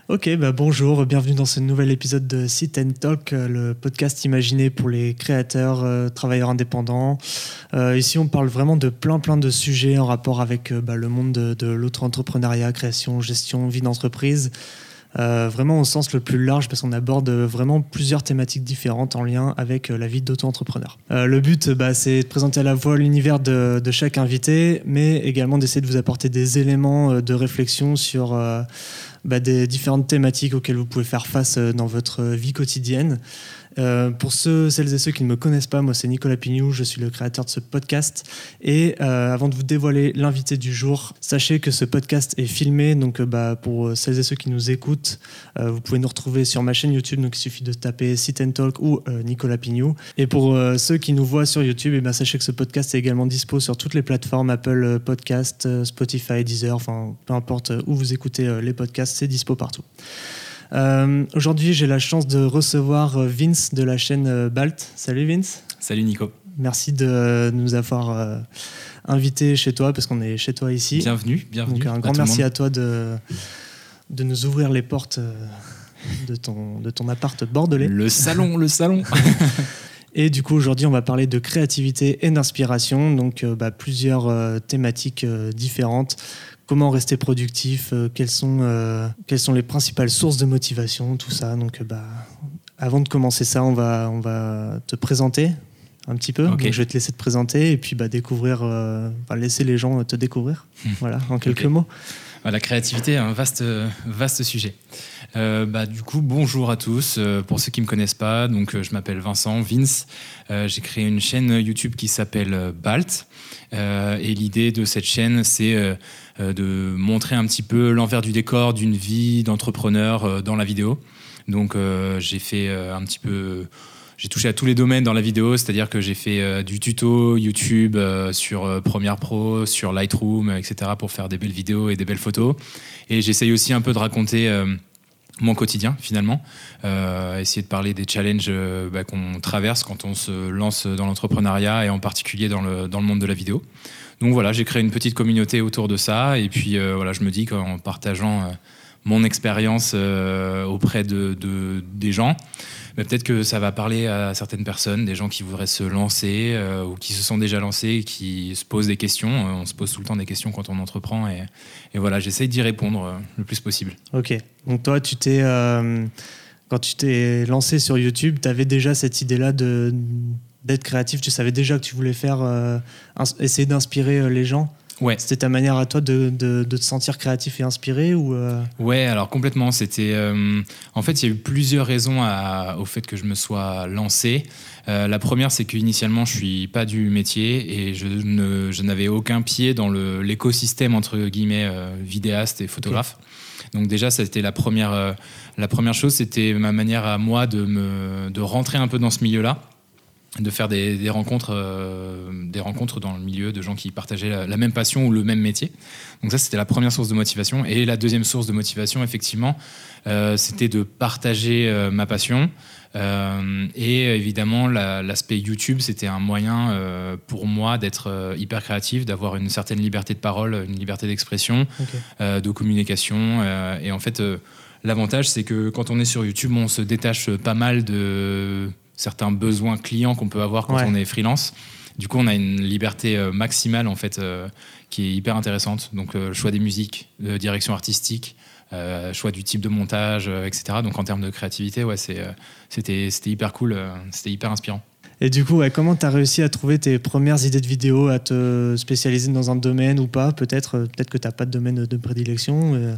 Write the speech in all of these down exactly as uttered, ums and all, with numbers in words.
Ok, bah bonjour, bienvenue dans ce nouvel épisode de Sit and Talk, le podcast imaginé pour les créateurs, euh, travailleurs indépendants. Euh, ici, on parle vraiment de plein plein de sujets en rapport avec euh, bah, le monde de, de l'auto-entrepreneuriat, création, gestion, vie d'entreprise. Euh, vraiment au sens le plus large parce qu'on aborde vraiment plusieurs thématiques différentes en lien avec la vie d'auto-entrepreneur. Euh, le but, bah, c'est de présenter à la fois l'univers de, de chaque invité, mais également d'essayer de vous apporter des éléments de réflexion sur euh, bah, des différentes thématiques auxquelles vous pouvez faire face dans votre vie quotidienne. Euh, pour ceux, celles et ceux qui ne me connaissent pas, moi c'est Nicolas Pignou, je suis le créateur de ce podcast et euh, avant de vous dévoiler l'invité du jour, sachez que ce podcast est filmé, donc euh, bah, pour celles et ceux qui nous écoutent, euh, vous pouvez nous retrouver sur ma chaîne YouTube, donc il suffit de taper Sit and Talk ou euh, Nicolas Pignou. Et pour euh, ceux qui nous voient sur YouTube, et bah, sachez que ce podcast est également dispo sur toutes les plateformes, Apple Podcast, euh, Spotify, Deezer, enfin peu importe où vous écoutez euh, les podcasts, c'est dispo partout. Euh, aujourd'hui, j'ai la chance de recevoir Vince de la chaîne euh, Balt. Salut Vince. Salut Nico. Merci de nous avoir euh, invités chez toi, parce qu'on est chez toi ici. Bienvenue, bienvenue. Donc un grand merci à toi de, de nous ouvrir les portes euh, de, ton, de ton appart bordelais. Le salon, le salon. Et du coup, aujourd'hui, on va parler de créativité et d'inspiration, donc euh, bah, plusieurs euh, thématiques euh, différentes. Comment rester productif, euh, quelles sont, euh, quelles sont les principales sources de motivation, tout ça. Donc, euh, bah, avant de commencer ça, on va, on va te présenter un petit peu. Okay. Donc, je vais te laisser te présenter et puis bah, découvrir, euh, bah, laisser les gens te découvrir. Mmh. Voilà, en quelques okay. mots. La créativité est un vaste, vaste sujet. Euh, bah, du coup, bonjour à tous. Euh, pour ceux qui ne me connaissent pas, donc, euh, je m'appelle Vincent, Vince. Euh, j'ai créé une chaîne YouTube qui s'appelle euh, Balt. Euh, et l'idée de cette chaîne, c'est euh, de montrer un petit peu l'envers du décor d'une vie d'entrepreneur euh, dans la vidéo. Donc, euh, j'ai fait euh, un petit peu... J'ai touché à tous les domaines dans la vidéo, c'est-à-dire que j'ai fait euh, du tuto YouTube euh, sur euh, Premiere Pro, sur Lightroom, et cetera pour faire des belles vidéos et des belles photos. Et j'essaye aussi un peu de raconter euh, mon quotidien, finalement. Euh, essayer de parler des challenges euh, bah, qu'on traverse quand on se lance dans l'entrepreneuriat et en particulier dans le, dans le monde de la vidéo. Donc voilà, j'ai créé une petite communauté autour de ça. Et puis euh, voilà, je me dis qu'en partageant euh, mon expérience euh, auprès de, de, des gens, mais peut-être que ça va parler à certaines personnes, des gens qui voudraient se lancer euh, ou qui se sont déjà lancés et qui se posent des questions. Euh, on se pose tout le temps des questions quand on entreprend et, et voilà, j'essaye d'y répondre euh, le plus possible. Ok, donc toi, tu t'es, euh, quand tu t'es lancé sur YouTube, tu avais déjà cette idée-là de, d'être créatif, tu savais déjà que tu voulais faire, euh, ins- essayer d'inspirer les gens ? Ouais. C'était ta manière à toi de, de, de te sentir créatif et inspiré ou euh... Ouais, alors complètement. C'était, euh, en fait, il y a eu plusieurs raisons à, au fait que je me sois lancé. Euh, la première, c'est qu'initialement, je suis pas du métier et je, ne, je n'avais aucun pied dans le, l'écosystème entre guillemets euh, vidéaste et photographe. Okay. Donc déjà, ça c'était la première, euh, la première chose. C'était ma manière à moi de me, de rentrer un peu dans ce milieu-là, de faire des, des rencontres euh, des rencontres dans le milieu de gens qui partageaient la, la même passion ou le même métier. Donc ça, c'était la première source de motivation. Et la deuxième source de motivation, effectivement, euh, c'était de partager euh, ma passion. Euh, et évidemment, la, l'aspect YouTube, c'était un moyen euh, pour moi d'être euh, hyper créatif, d'avoir une certaine liberté de parole, une liberté d'expression, okay. euh, de communication. Euh, et en fait, euh, l'avantage, c'est que quand on est sur YouTube, on se détache pas mal de certains besoins clients qu'on peut avoir quand ouais. on est freelance. Du coup, on a une liberté euh, maximale en fait, euh, qui est hyper intéressante. Donc, euh, choix des musiques, de direction artistique, euh, choix du type de montage, euh, et cetera. Donc, en termes de créativité, ouais, c'est, euh, c'était, c'était hyper cool, euh, c'était hyper inspirant. Et du coup, ouais, comment tu as réussi à trouver tes premières idées de vidéos, à te spécialiser dans un domaine ou pas ? Peut-être, euh, peut-être que tu n'as pas de domaine de prédilection euh...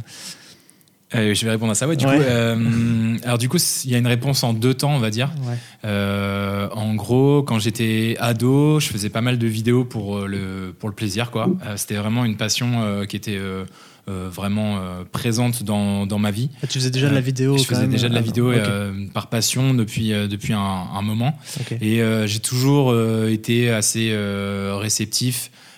Euh, je vais répondre à ça. Ouais, du ouais. coup, euh, alors du coup, il y a une réponse en deux temps, on va dire. Ouais. Euh, en gros, quand j'étais ado, je faisais pas mal de vidéos pour le pour le plaisir, quoi. Euh, c'était vraiment une passion euh, qui était euh, euh, vraiment euh, présente dans dans ma vie. Ah, tu faisais déjà de la vidéo. Euh, je faisais quand même. déjà de la vidéo okay. euh, par passion depuis euh, depuis un, un moment. Okay. Et euh, j'ai toujours euh, été assez euh, réceptif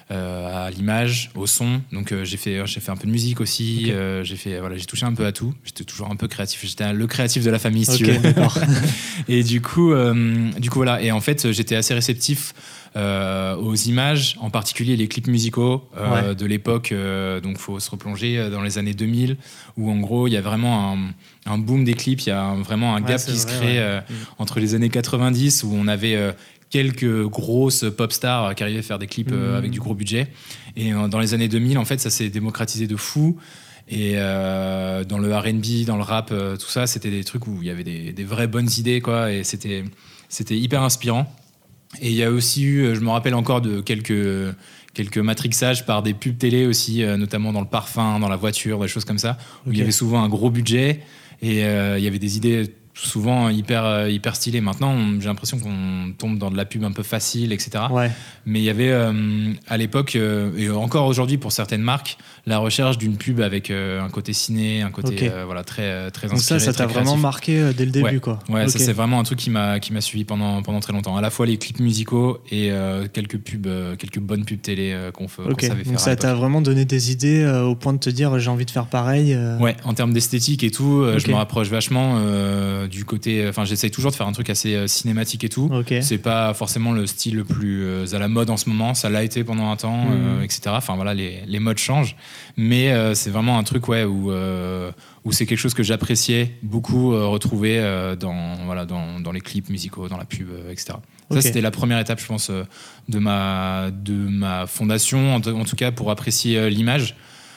euh, à l'image, au son. Donc euh, j'ai fait j'ai fait un peu de musique aussi. Okay. Euh, j'ai fait voilà j'ai touché un peu à tout. J'étais toujours un peu créatif. J'étais le créatif de la famille, si okay, tu veux. D'accord. Et du coup euh, du coup voilà. Et en fait j'étais assez réceptif euh, aux images, en particulier les clips musicaux euh, ouais. de l'époque. Euh, donc faut se replonger dans les années deux mille où en gros il y a vraiment un un boom des clips. Il y a un, vraiment un ouais, gap qui vrai, se crée ouais. euh, mmh. entre les années quatre-vingt-dix où on avait euh, quelques grosses pop stars qui arrivaient à faire des clips euh, mmh. avec du gros budget. Et euh, dans les années deux mille, en fait, ça s'est démocratisé de fou. Et euh, dans le R and B, dans le rap, euh, tout ça, c'était des trucs où il y avait des, des vraies bonnes idées, quoi. Et c'était, c'était hyper inspirant. Et il y a aussi eu, je me rappelle encore de quelques, quelques matrixages par des pubs télé aussi, euh, notamment dans le parfum, dans la voiture, des choses comme ça, où okay. il y avait souvent un gros budget et euh, il y avait des idées souvent hyper, hyper stylées. Maintenant, on, j'ai l'impression qu'on tombe dans de la pub un peu facile, et cetera. Ouais. Mais il y avait euh, à l'époque, euh, et encore aujourd'hui pour certaines marques, la recherche d'une pub avec euh, un côté ciné, un côté okay. euh, voilà, très, très inspiré. Donc ça, ça t'a créatif. vraiment marqué euh, dès le début, ouais. quoi. Ouais, okay. ça c'est vraiment un truc qui m'a, qui m'a suivi pendant, pendant très longtemps. À la fois les clips musicaux et euh, quelques pubs, euh, quelques bonnes pubs télé euh, qu'on, fait, okay. qu'on savait faire. Donc ça t'a vraiment donné des idées euh, au point de te dire j'ai envie de faire pareil. Euh... Ouais, en termes d'esthétique et tout, euh, okay. je me rapproche vachement euh, du côté. Enfin, j'essaye toujours de faire un truc assez euh, cinématique et tout. Okay. C'est pas forcément le style le plus euh, à la mode en ce moment. Ça l'a été pendant un temps, mmh. euh, et cetera. Enfin voilà, les, les modes changent, mais euh, c'est vraiment un truc ouais où euh, où c'est quelque chose que j'appréciais beaucoup euh, retrouver euh, dans voilà dans, dans les clips musicaux, dans la pub, euh, et cetera. Okay. Ça c'était la première étape, je pense, euh, de ma de ma fondation, en, t- en tout cas pour apprécier euh, l'image.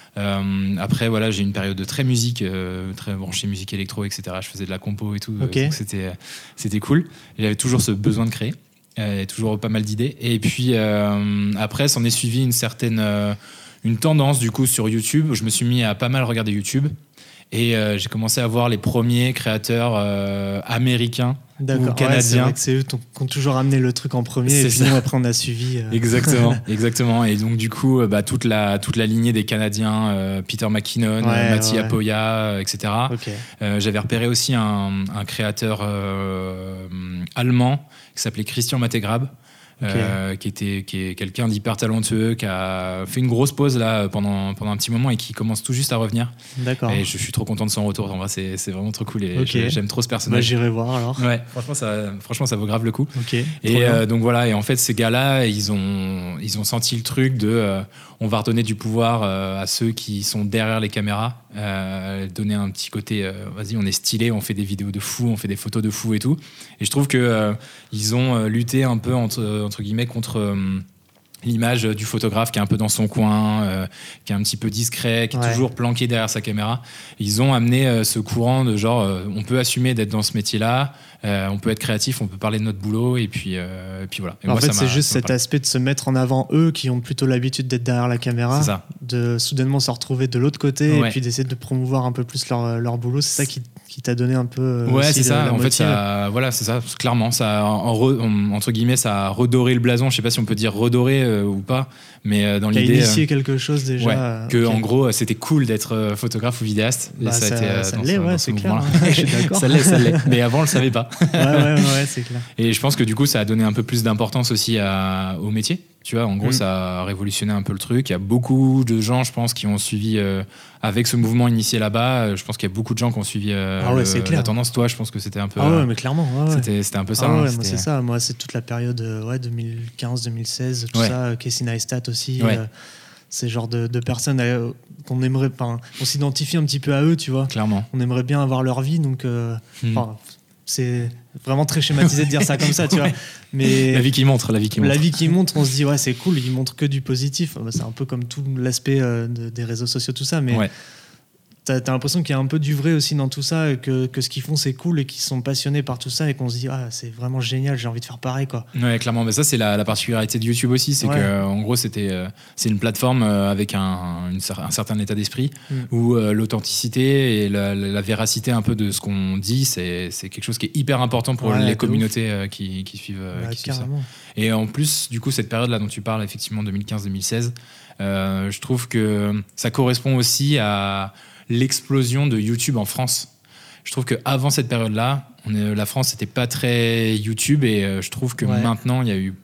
Euh, après voilà, j'ai une période de très musique, euh, très branchée musique électro, et cetera. Je faisais de la compo et tout, okay. donc c'était c'était cool. J'avais toujours ce besoin de créer. Il y a toujours pas mal d'idées. Et puis euh, après, s'en est suivi une certaine euh, une tendance du coup sur YouTube. Je me suis mis à pas mal regarder YouTube et euh, j'ai commencé à voir les premiers créateurs euh, américains D'accord. ou canadiens. Ouais, c'est vrai que c'est eux qui ont toujours amené le truc en premier c'est et puis ça. Nous après on a suivi. Euh... Exactement, exactement. Et donc du coup, bah, toute la toute la lignée des Canadiens, euh, Peter McKinnon, ouais, Mattia ouais. Poya, et cetera. Okay. Euh, j'avais repéré aussi un, un créateur euh, allemand qui s'appelait Christian Mattegrab. Okay. Euh, qui était qui est quelqu'un d'hyper talentueux, qui a fait une grosse pause là pendant pendant un petit moment et qui commence tout juste à revenir. D'accord. Et je suis trop content de son retour. En vrai, c'est c'est vraiment trop cool et okay. j'aime trop ce personnage. Bah, j'irai voir alors. Ouais, franchement ça franchement ça vaut grave le coup. Ok. Et euh, donc voilà, et en fait ces gars-là, ils ont ils ont senti le truc de euh, on va redonner du pouvoir euh, à ceux qui sont derrière les caméras, euh, donner un petit côté euh, vas-y, on est stylé, on fait des vidéos de fou, on fait des photos de fou et tout. Et je trouve que euh, ils ont euh, lutté un peu entre entre guillemets contre euh, l'image du photographe qui est un peu dans son coin, euh, qui est un petit peu discret, qui est ouais. toujours planqué derrière sa caméra. Ils ont amené euh, ce courant de genre euh, on peut assumer d'être dans ce métier-là, euh, on peut être créatif, on peut parler de notre boulot et puis, euh, et puis voilà. Et en moi, fait, ça c'est m'a, juste ça cet aspect de se mettre en avant, eux qui ont plutôt l'habitude d'être derrière la caméra, c'est ça. De soudainement se retrouver de l'autre côté ouais. et puis d'essayer de promouvoir un peu plus leur, leur boulot. C'est ça qui, qui t'a donné un peu. Ouais, aussi c'est ça. La en motive. fait, ça, voilà, c'est ça. Clairement, ça, en re, en, entre guillemets, ça a redoré le blason. Je sais pas si on peut dire redorer euh, ou pas, mais euh, dans T'as l'idée. initié euh, quelque chose déjà. Ouais, euh, que okay. en gros, c'était cool d'être euh, photographe ou vidéaste. Bah, et ça, ça, a été, euh, ça dans l'est, ce, ouais, dans c'est ce clair. Hein. Je suis d'accord. ça l'est, ça l'est. Mais avant, on le savait pas. ouais, ouais, ouais, c'est clair. Et je pense que du coup, ça a donné un peu plus d'importance aussi à, au métier. Tu vois, en gros, mm. ça a révolutionné un peu le truc. Il y a beaucoup de gens, je pense, qui ont suivi euh, avec ce mouvement initié là-bas. Je pense qu'il y a beaucoup de gens qui ont suivi euh, ah ouais, le, c'est clair. la tendance. Toi, je pense que c'était un peu. Ah ouais, mais clairement. Ouais, ouais. C'était, c'était un peu ça. Ah ouais, hein, moi, c'est ça. Moi, c'est toute la période ouais, deux mille quinze deux mille seize, tout ouais. ça. Casey Neistat aussi. Ouais. Euh, c'est genre de, de personnes euh, qu'on aimerait. On s'identifie un petit peu à eux, tu vois. Clairement. On aimerait bien avoir leur vie, donc. Euh, mm. C'est vraiment très schématisé de dire ça comme ça, tu vois. Mais la vie qui montre, la vie qui montre. La vie qui montre, on se dit ouais c'est cool, ils montrent que du positif. C'est un peu comme tout l'aspect euh, de, des réseaux sociaux, tout ça. Mais ouais. t'as, t'as l'impression qu'il y a un peu du vrai aussi dans tout ça, que, que ce qu'ils font c'est cool et qu'ils sont passionnés par tout ça et qu'on se dit ah c'est vraiment génial, j'ai envie de faire pareil quoi. Ouais, clairement. Mais ça c'est la, la particularité de YouTube aussi, c'est ouais. que en gros c'était euh, c'est une plateforme euh, avec un, une, un certain état d'esprit mm. où euh, l'authenticité et la, la, la véracité un peu de ce qu'on dit, c'est c'est quelque chose qui est hyper important pour ouais, les communautés euh, qui, qui suivent, euh, ouais, qui suivent ça. Et en plus du coup cette période là dont tu parles effectivement deux mille quinze deux mille seize, euh, je trouve que ça correspond aussi à l'explosion de YouTube en France. Je trouve qu'avant cette période-là, on est, la France n'était pas très YouTube et euh, je trouve que ouais. maintenant, il y a eu,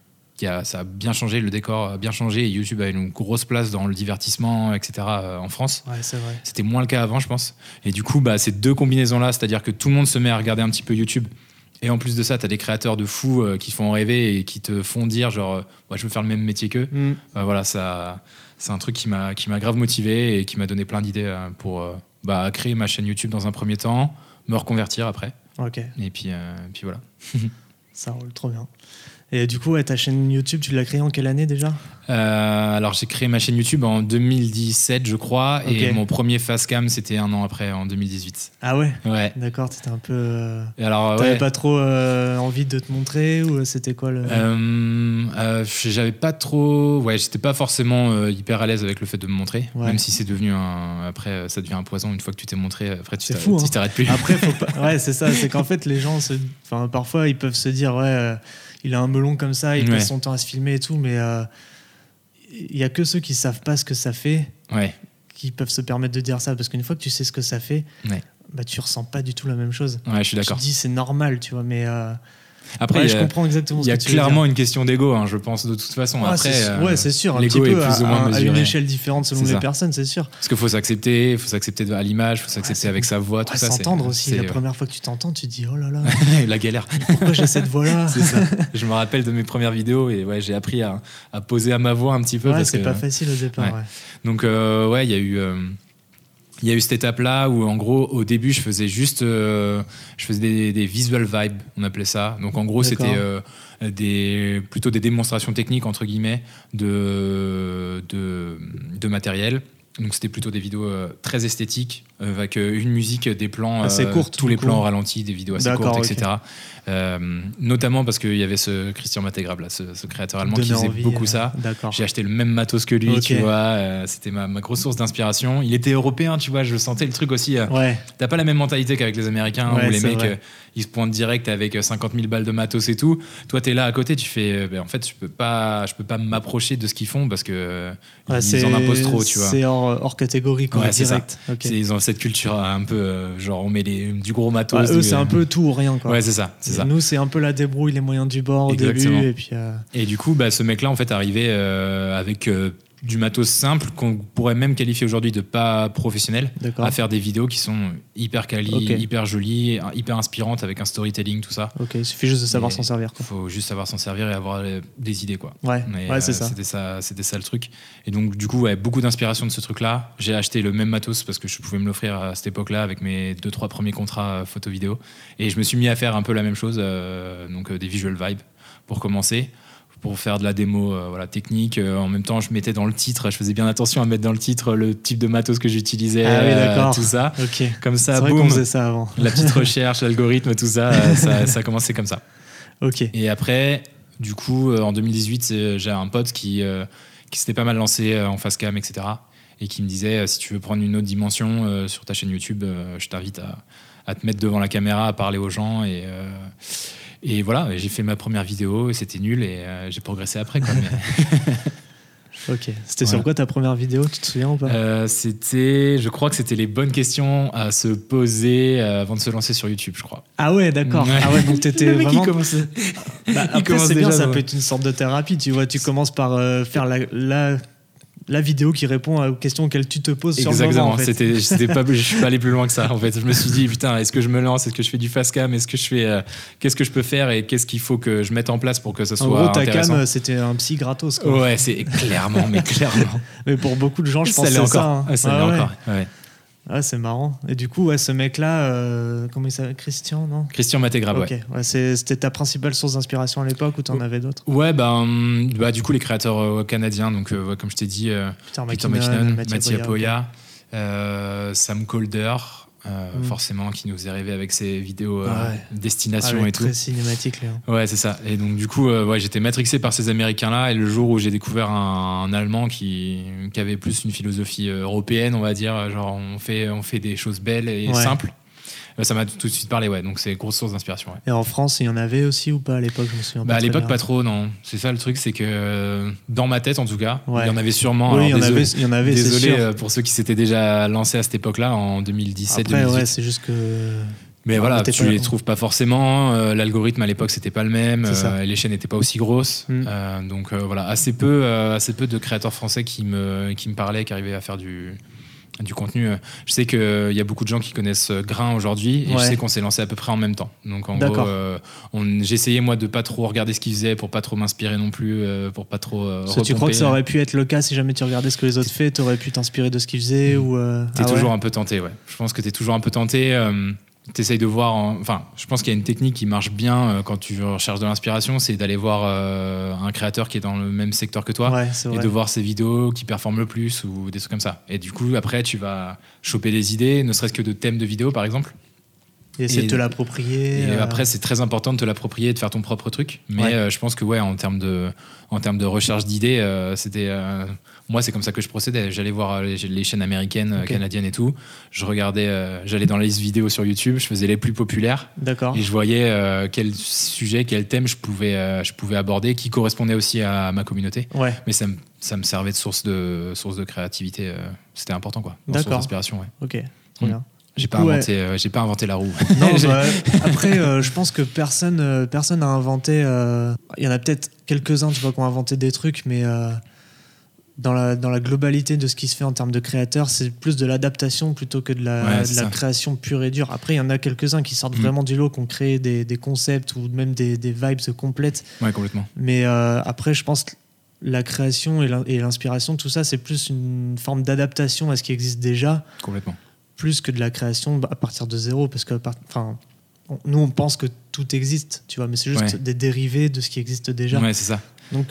qui a, ça a bien changé, le décor a bien changé et YouTube a une grosse place dans le divertissement, et cetera euh, en France. Ouais, c'est vrai. C'était moins le cas avant, je pense. Et du coup, bah, ces deux combinaisons-là, c'est-à-dire que tout le monde se met à regarder un petit peu YouTube. Et en plus de ça, tu as des créateurs de fous euh, qui font rêver et qui te font dire genre, euh, ouais, je veux faire le même métier qu'eux. Mm. Bah, voilà, ça, c'est un truc qui m'a, qui m'a grave motivé et qui m'a donné plein d'idées euh, pour euh, bah, créer ma chaîne YouTube dans un premier temps, me reconvertir après. Ok. Et puis, euh, puis voilà. Ça roule trop bien. Et du coup, ouais, ta chaîne YouTube, tu l'as créée en quelle année déjà ? euh, Alors, j'ai créé ma chaîne YouTube en deux mille dix-sept, je crois. Okay. Et mon premier Facecam, c'était un an après, en deux mille dix-huit. Ah ouais ? Ouais. D'accord, t'étais un peu... Euh... Et alors, T'avais ouais. pas trop euh, envie de te montrer ou c'était quoi le... euh, euh, J'avais pas trop... Ouais, j'étais pas forcément euh, hyper à l'aise avec le fait de me montrer. Ouais. Même si c'est devenu un... Après, ça devient un poison. Une fois que tu t'es montré, après, tu fou, hein. t'arrêtes plus. Après, faut pas... Ouais, c'est ça. C'est qu'en fait, les gens... Se... Enfin, parfois, ils peuvent se dire... Ouais... Euh... Il a un melon comme ça, il ouais. passe son temps à se filmer et tout, mais il euh, y a que ceux qui savent pas ce que ça fait ouais. qui peuvent se permettre de dire ça, parce qu'une fois que tu sais ce que ça fait, ouais. bah tu ressens pas du tout la même chose. Ouais, je suis d'accord. Tu te dis c'est normal, tu vois, mais euh, après, ouais, a, je comprends exactement ce que tu veux dire. Il y a clairement une question d'ego, hein, je pense, de toute façon. Ah, après, c'est, euh, ouais, c'est sûr, un l'ego petit peu est plus ou moins à, mesuré. À une échelle différente selon les personnes, c'est sûr. Parce qu'il faut s'accepter, il faut s'accepter à l'image, il faut s'accepter ouais, avec sa voix, tout ouais, ça. S'entendre aussi. C'est, la euh... première fois que tu t'entends, tu te dis oh là là. La galère. Pourquoi j'ai cette voix-là ? C'est ça. Je me rappelle de mes premières vidéos et ouais, j'ai appris à, à poser à ma voix un petit peu. Ouais, parce c'est que, pas facile au départ. Ouais. Ouais. Donc, euh, ouais, il y a eu. Euh, Il y a eu cette étape-là où, en gros, au début, je faisais juste, euh, je faisais des, des visual vibes, on appelait ça. Donc, en gros, D'accord. c'était euh, des, plutôt des démonstrations techniques entre guillemets de de, de matériel. Donc, c'était plutôt des vidéos euh, très esthétiques euh, avec une musique, des plans, assez euh, courte, tous les coup. plans au ralenti, des vidéos assez D'accord, courtes, okay. et cetera. Euh, notamment parce qu'il y avait ce Christian Mategrab, là, ce, ce créateur allemand Donner qui faisait envie, beaucoup euh, ça. D'accord. J'ai acheté le même matos que lui, okay. tu vois. Euh, c'était ma, ma grosse source d'inspiration. Il était européen, tu vois. Je sentais le truc aussi. Euh, ouais. T'as pas la même mentalité qu'avec les Américains ouais, où les mecs vrai. euh, ils se pointent direct avec cinquante mille balles de matos et tout. Toi, t'es là à côté, tu fais. Euh, ben, en fait, je peux pas, je peux pas m'approcher de ce qu'ils font parce que euh, ouais, ils en imposent trop, tu vois. C'est hors, hors catégorie, quoi. Ouais, direct. C'est okay. c'est, ils ont cette culture un peu euh, genre on met les, du gros matos. Ouais, eux, du, c'est un peu tout ou rien, quoi. Ouais, c'est ça. C'est ça. Nous, c'est un peu la débrouille, les moyens du bord au Exactement. début. Et, puis, euh... et du coup, bah, ce mec-là, en fait, arrivait euh, avec euh, du matos simple qu'on pourrait même qualifier aujourd'hui de pas professionnel, D'accord. à faire des vidéos qui sont hyper quali, okay. hyper jolies, hyper inspirantes avec un storytelling, tout ça. Ok, il suffit juste de savoir et s'en servir. Il faut juste savoir s'en servir et avoir des idées, quoi. Ouais, Mais, ouais c'est euh, ça. C'était ça, c'était ça le truc. Et donc, du coup, ouais, beaucoup d'inspiration de ce truc-là. J'ai acheté le même matos parce que je pouvais me l'offrir à cette époque-là avec mes deux, trois premiers contrats photo-vidéo. Et je me suis mis à faire un peu la même chose, euh, donc euh, des visual vibes pour commencer. Pour faire de la démo euh, voilà, technique. Euh, en même temps, je mettais dans le titre, je faisais bien attention à mettre dans le titre le type de matos que j'utilisais, ah oui, euh, tout ça. Okay. Comme ça, c'est vrai boum, qu'on faisait ça avant. La petite recherche, l'algorithme, tout ça, euh, ça, ça a commencé comme ça. Okay. Et après, du coup, euh, en deux mille dix-huit, c'est, j'ai un pote qui, euh, qui s'était pas mal lancé euh, en facecam, et cetera. Et qui me disait, euh, si tu veux prendre une autre dimension euh, sur ta chaîne YouTube, euh, je t'invite à, à te mettre devant la caméra, à parler aux gens et... Euh, Et voilà, j'ai fait ma première vidéo et c'était nul et euh, j'ai progressé après. Quoi, mais... Ok. C'était voilà. Sur quoi ta première vidéo ? Tu te souviens ou pas ? euh, C'était, je crois que c'était les bonnes questions à se poser euh, avant de se lancer sur YouTube, je crois. Ah ouais, d'accord. Ouais. Ah ouais, donc t'étais le mec, vraiment. Il commence... bah, après, il commence c'est déjà bien, ça dans... peut être une sorte de thérapie. Tu vois, tu commences par euh, faire la. la... la vidéo qui répond aux questions auxquelles tu te poses Exactement. sur le moment. En fait. C'était, c'était pas, je suis pas allé plus loin que ça. En fait, je me suis dit putain, est-ce que je me lance, est-ce que je fais du fast cam, est-ce que je fais, euh, qu'est-ce que je peux faire et qu'est-ce qu'il faut que je mette en place pour que ça soit intéressant. En gros, ta intéressant. cam, c'était un psy gratos. Quoi. Ouais, c'est clairement, mais clairement. Mais pour beaucoup de gens, je pense ça que c'est encore. ça. Hein. Ah, ça ah, l'est ouais. encore. Ouais. Ah, c'est marrant. Et du coup, ouais, ce mec-là, euh, comment il s'appelle ? Christian, non ? Christian Mategrab, okay. ouais. ouais c'est, c'était ta principale source d'inspiration à l'époque ou t'en ouais. avais d'autres ? Ouais, bah, bah, du coup, les créateurs euh, canadiens, donc, euh, comme je t'ai dit, euh, Peter, Peter McKinnon, Mathieu Poya, okay. euh, Sam Colder, euh, mm. forcément, qui nous est arrivé avec ses vidéos euh, ouais. destination ah ouais, et tout. Très cinématique, Léon. Ouais, c'est ça. Et donc, du coup, euh, ouais, j'étais matrixé par ces Américains-là. Et le jour où j'ai découvert un, un Allemand qui, qui avait plus une philosophie européenne, on va dire, genre on fait, on fait des choses belles et ouais. simples. Ça m'a tout de suite parlé, ouais. Donc c'est une grosse source d'inspiration. Ouais. Et en France, il y en avait aussi ou pas à l'époque ? Je me souviens bah, pas. À l'époque, bien. pas trop, non. C'est ça le truc, c'est que euh, dans ma tête, en tout cas, ouais. il y en avait sûrement. Oui, alors, il, y désolé, avait, il y en avait. Désolé c'est sûr. euh, pour ceux qui s'étaient déjà lancés à cette époque-là, en deux mille dix-sept, Après, deux mille dix-huit. ouais, c'est juste que Mais enfin, voilà, tu pas... les trouves pas forcément. Euh, l'algorithme à l'époque c'était pas le même. Euh, les chaînes n'étaient pas aussi grosses. Mm. Euh, donc euh, voilà, assez peu, euh, assez peu de créateurs français qui me, qui me parlaient, qui arrivaient à faire du, du contenu. Je sais qu'il euh, y a beaucoup de gens qui connaissent Grain aujourd'hui, et ouais. je sais qu'on s'est lancé à peu près en même temps. Donc en D'accord. gros, euh, on, j'essayais moi de pas trop regarder ce qu'ils faisaient pour pas trop m'inspirer non plus, euh, pour pas trop. Euh, tu crois que ça aurait pu être le cas si jamais tu regardais ce que les autres faisaient, t'aurais pu t'inspirer de ce qu'ils faisaient mmh. ou euh... T'es ah toujours ouais. un peu tenté, ouais. Je pense que t'es toujours un peu tenté. Euh, T'essayes de voir, en... enfin, je pense qu'il y a une technique qui marche bien euh, quand tu recherches de l'inspiration, c'est d'aller voir euh, un créateur qui est dans le même secteur que toi ouais, et de voir ses vidéos qui performent le plus ou des trucs comme ça. Et du coup, après, tu vas choper des idées, ne serait-ce que de thèmes de vidéos, par exemple. Et essayer de te l'approprier. Et euh... après, c'est très important de te l'approprier et de faire ton propre truc. Mais ouais. euh, je pense que, ouais, en termes de, en termes de recherche d'idées, euh, c'était. Euh, moi, c'est comme ça que je procédais. J'allais voir les, les chaînes américaines, okay. canadiennes et tout. Je regardais, euh, j'allais dans la liste vidéo sur YouTube, je faisais les plus populaires. D'accord. Et je voyais euh, quel sujet, quel thème je pouvais, euh, je pouvais aborder, qui correspondait aussi à ma communauté. Ouais. Mais ça me, ça me servait de source de, source de créativité. Euh, c'était important, quoi. D'accord. Source d'inspiration, ouais. Ok, trop mmh. bien. J'ai pas, ouais. inventé, euh, j'ai pas inventé la roue. Non, bah, après, euh, je pense que personne euh, personne n'a inventé... Il euh, y en a peut-être quelques-uns tu vois, qui ont inventé des trucs, mais euh, dans, la, dans la globalité de ce qui se fait en termes de créateurs, c'est plus de l'adaptation plutôt que de la, ouais, de la création pure et dure. Après, il y en a quelques-uns qui sortent mmh. vraiment du lot, qui ont créé des, des concepts ou même des, des vibes complètes. Ouais, complètement. Mais euh, après, je pense que la création et l'inspiration, tout ça, c'est plus une forme d'adaptation à ce qui existe déjà. Complètement. Plus que de la création à partir de zéro, parce que enfin, on, nous on pense que tout existe, tu vois, mais c'est juste ouais. des dérivés de ce qui existe déjà. Ouais, c'est ça. Donc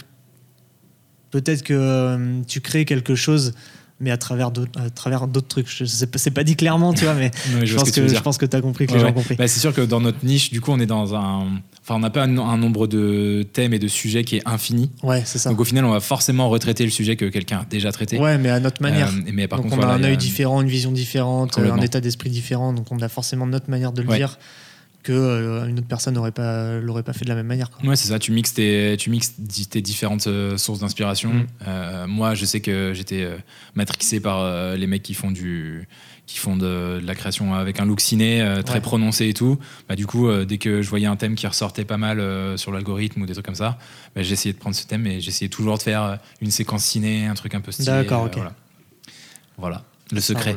peut-être que euh, tu crées quelque chose, mais à travers d'autres, à travers d'autres trucs. Je sais pas, c'est pas dit clairement, tu vois, mais ouais, je, je, pense que, que je pense que tu as compris, que ouais, les gens ouais. ont compris. Bah, c'est sûr que dans notre niche, du coup, on est dans un. Enfin, on n'a pas un, un nombre de thèmes et de sujets qui est infini. Ouais, c'est ça. Donc au final, on va forcément retraiter le sujet que quelqu'un a déjà traité. Ouais, mais à notre manière. Euh, mais par donc contre, on a voilà, un œil a... différent, une vision différente, un état d'esprit différent. Donc on a forcément notre manière de le ouais. dire. Que euh, une autre personne n'aurait pas l'aurait pas fait de la même manière, quoi. Ouais, c'est ça. Tu mixes tes tu mixes tes différentes euh, sources d'inspiration. Mm. Euh, moi, je sais que j'étais euh, matrixé par euh, les mecs qui font du qui font de, de la création avec un look ciné euh, très ouais. prononcé et tout. Bah, du coup, euh, dès que je voyais un thème qui ressortait pas mal euh, sur l'algorithme ou des trucs comme ça, bah, j'essayais de prendre ce thème et j'essayais toujours de faire une séquence ciné, un truc un peu stylé. D'accord, euh, ok. Voilà. Voilà, le secret.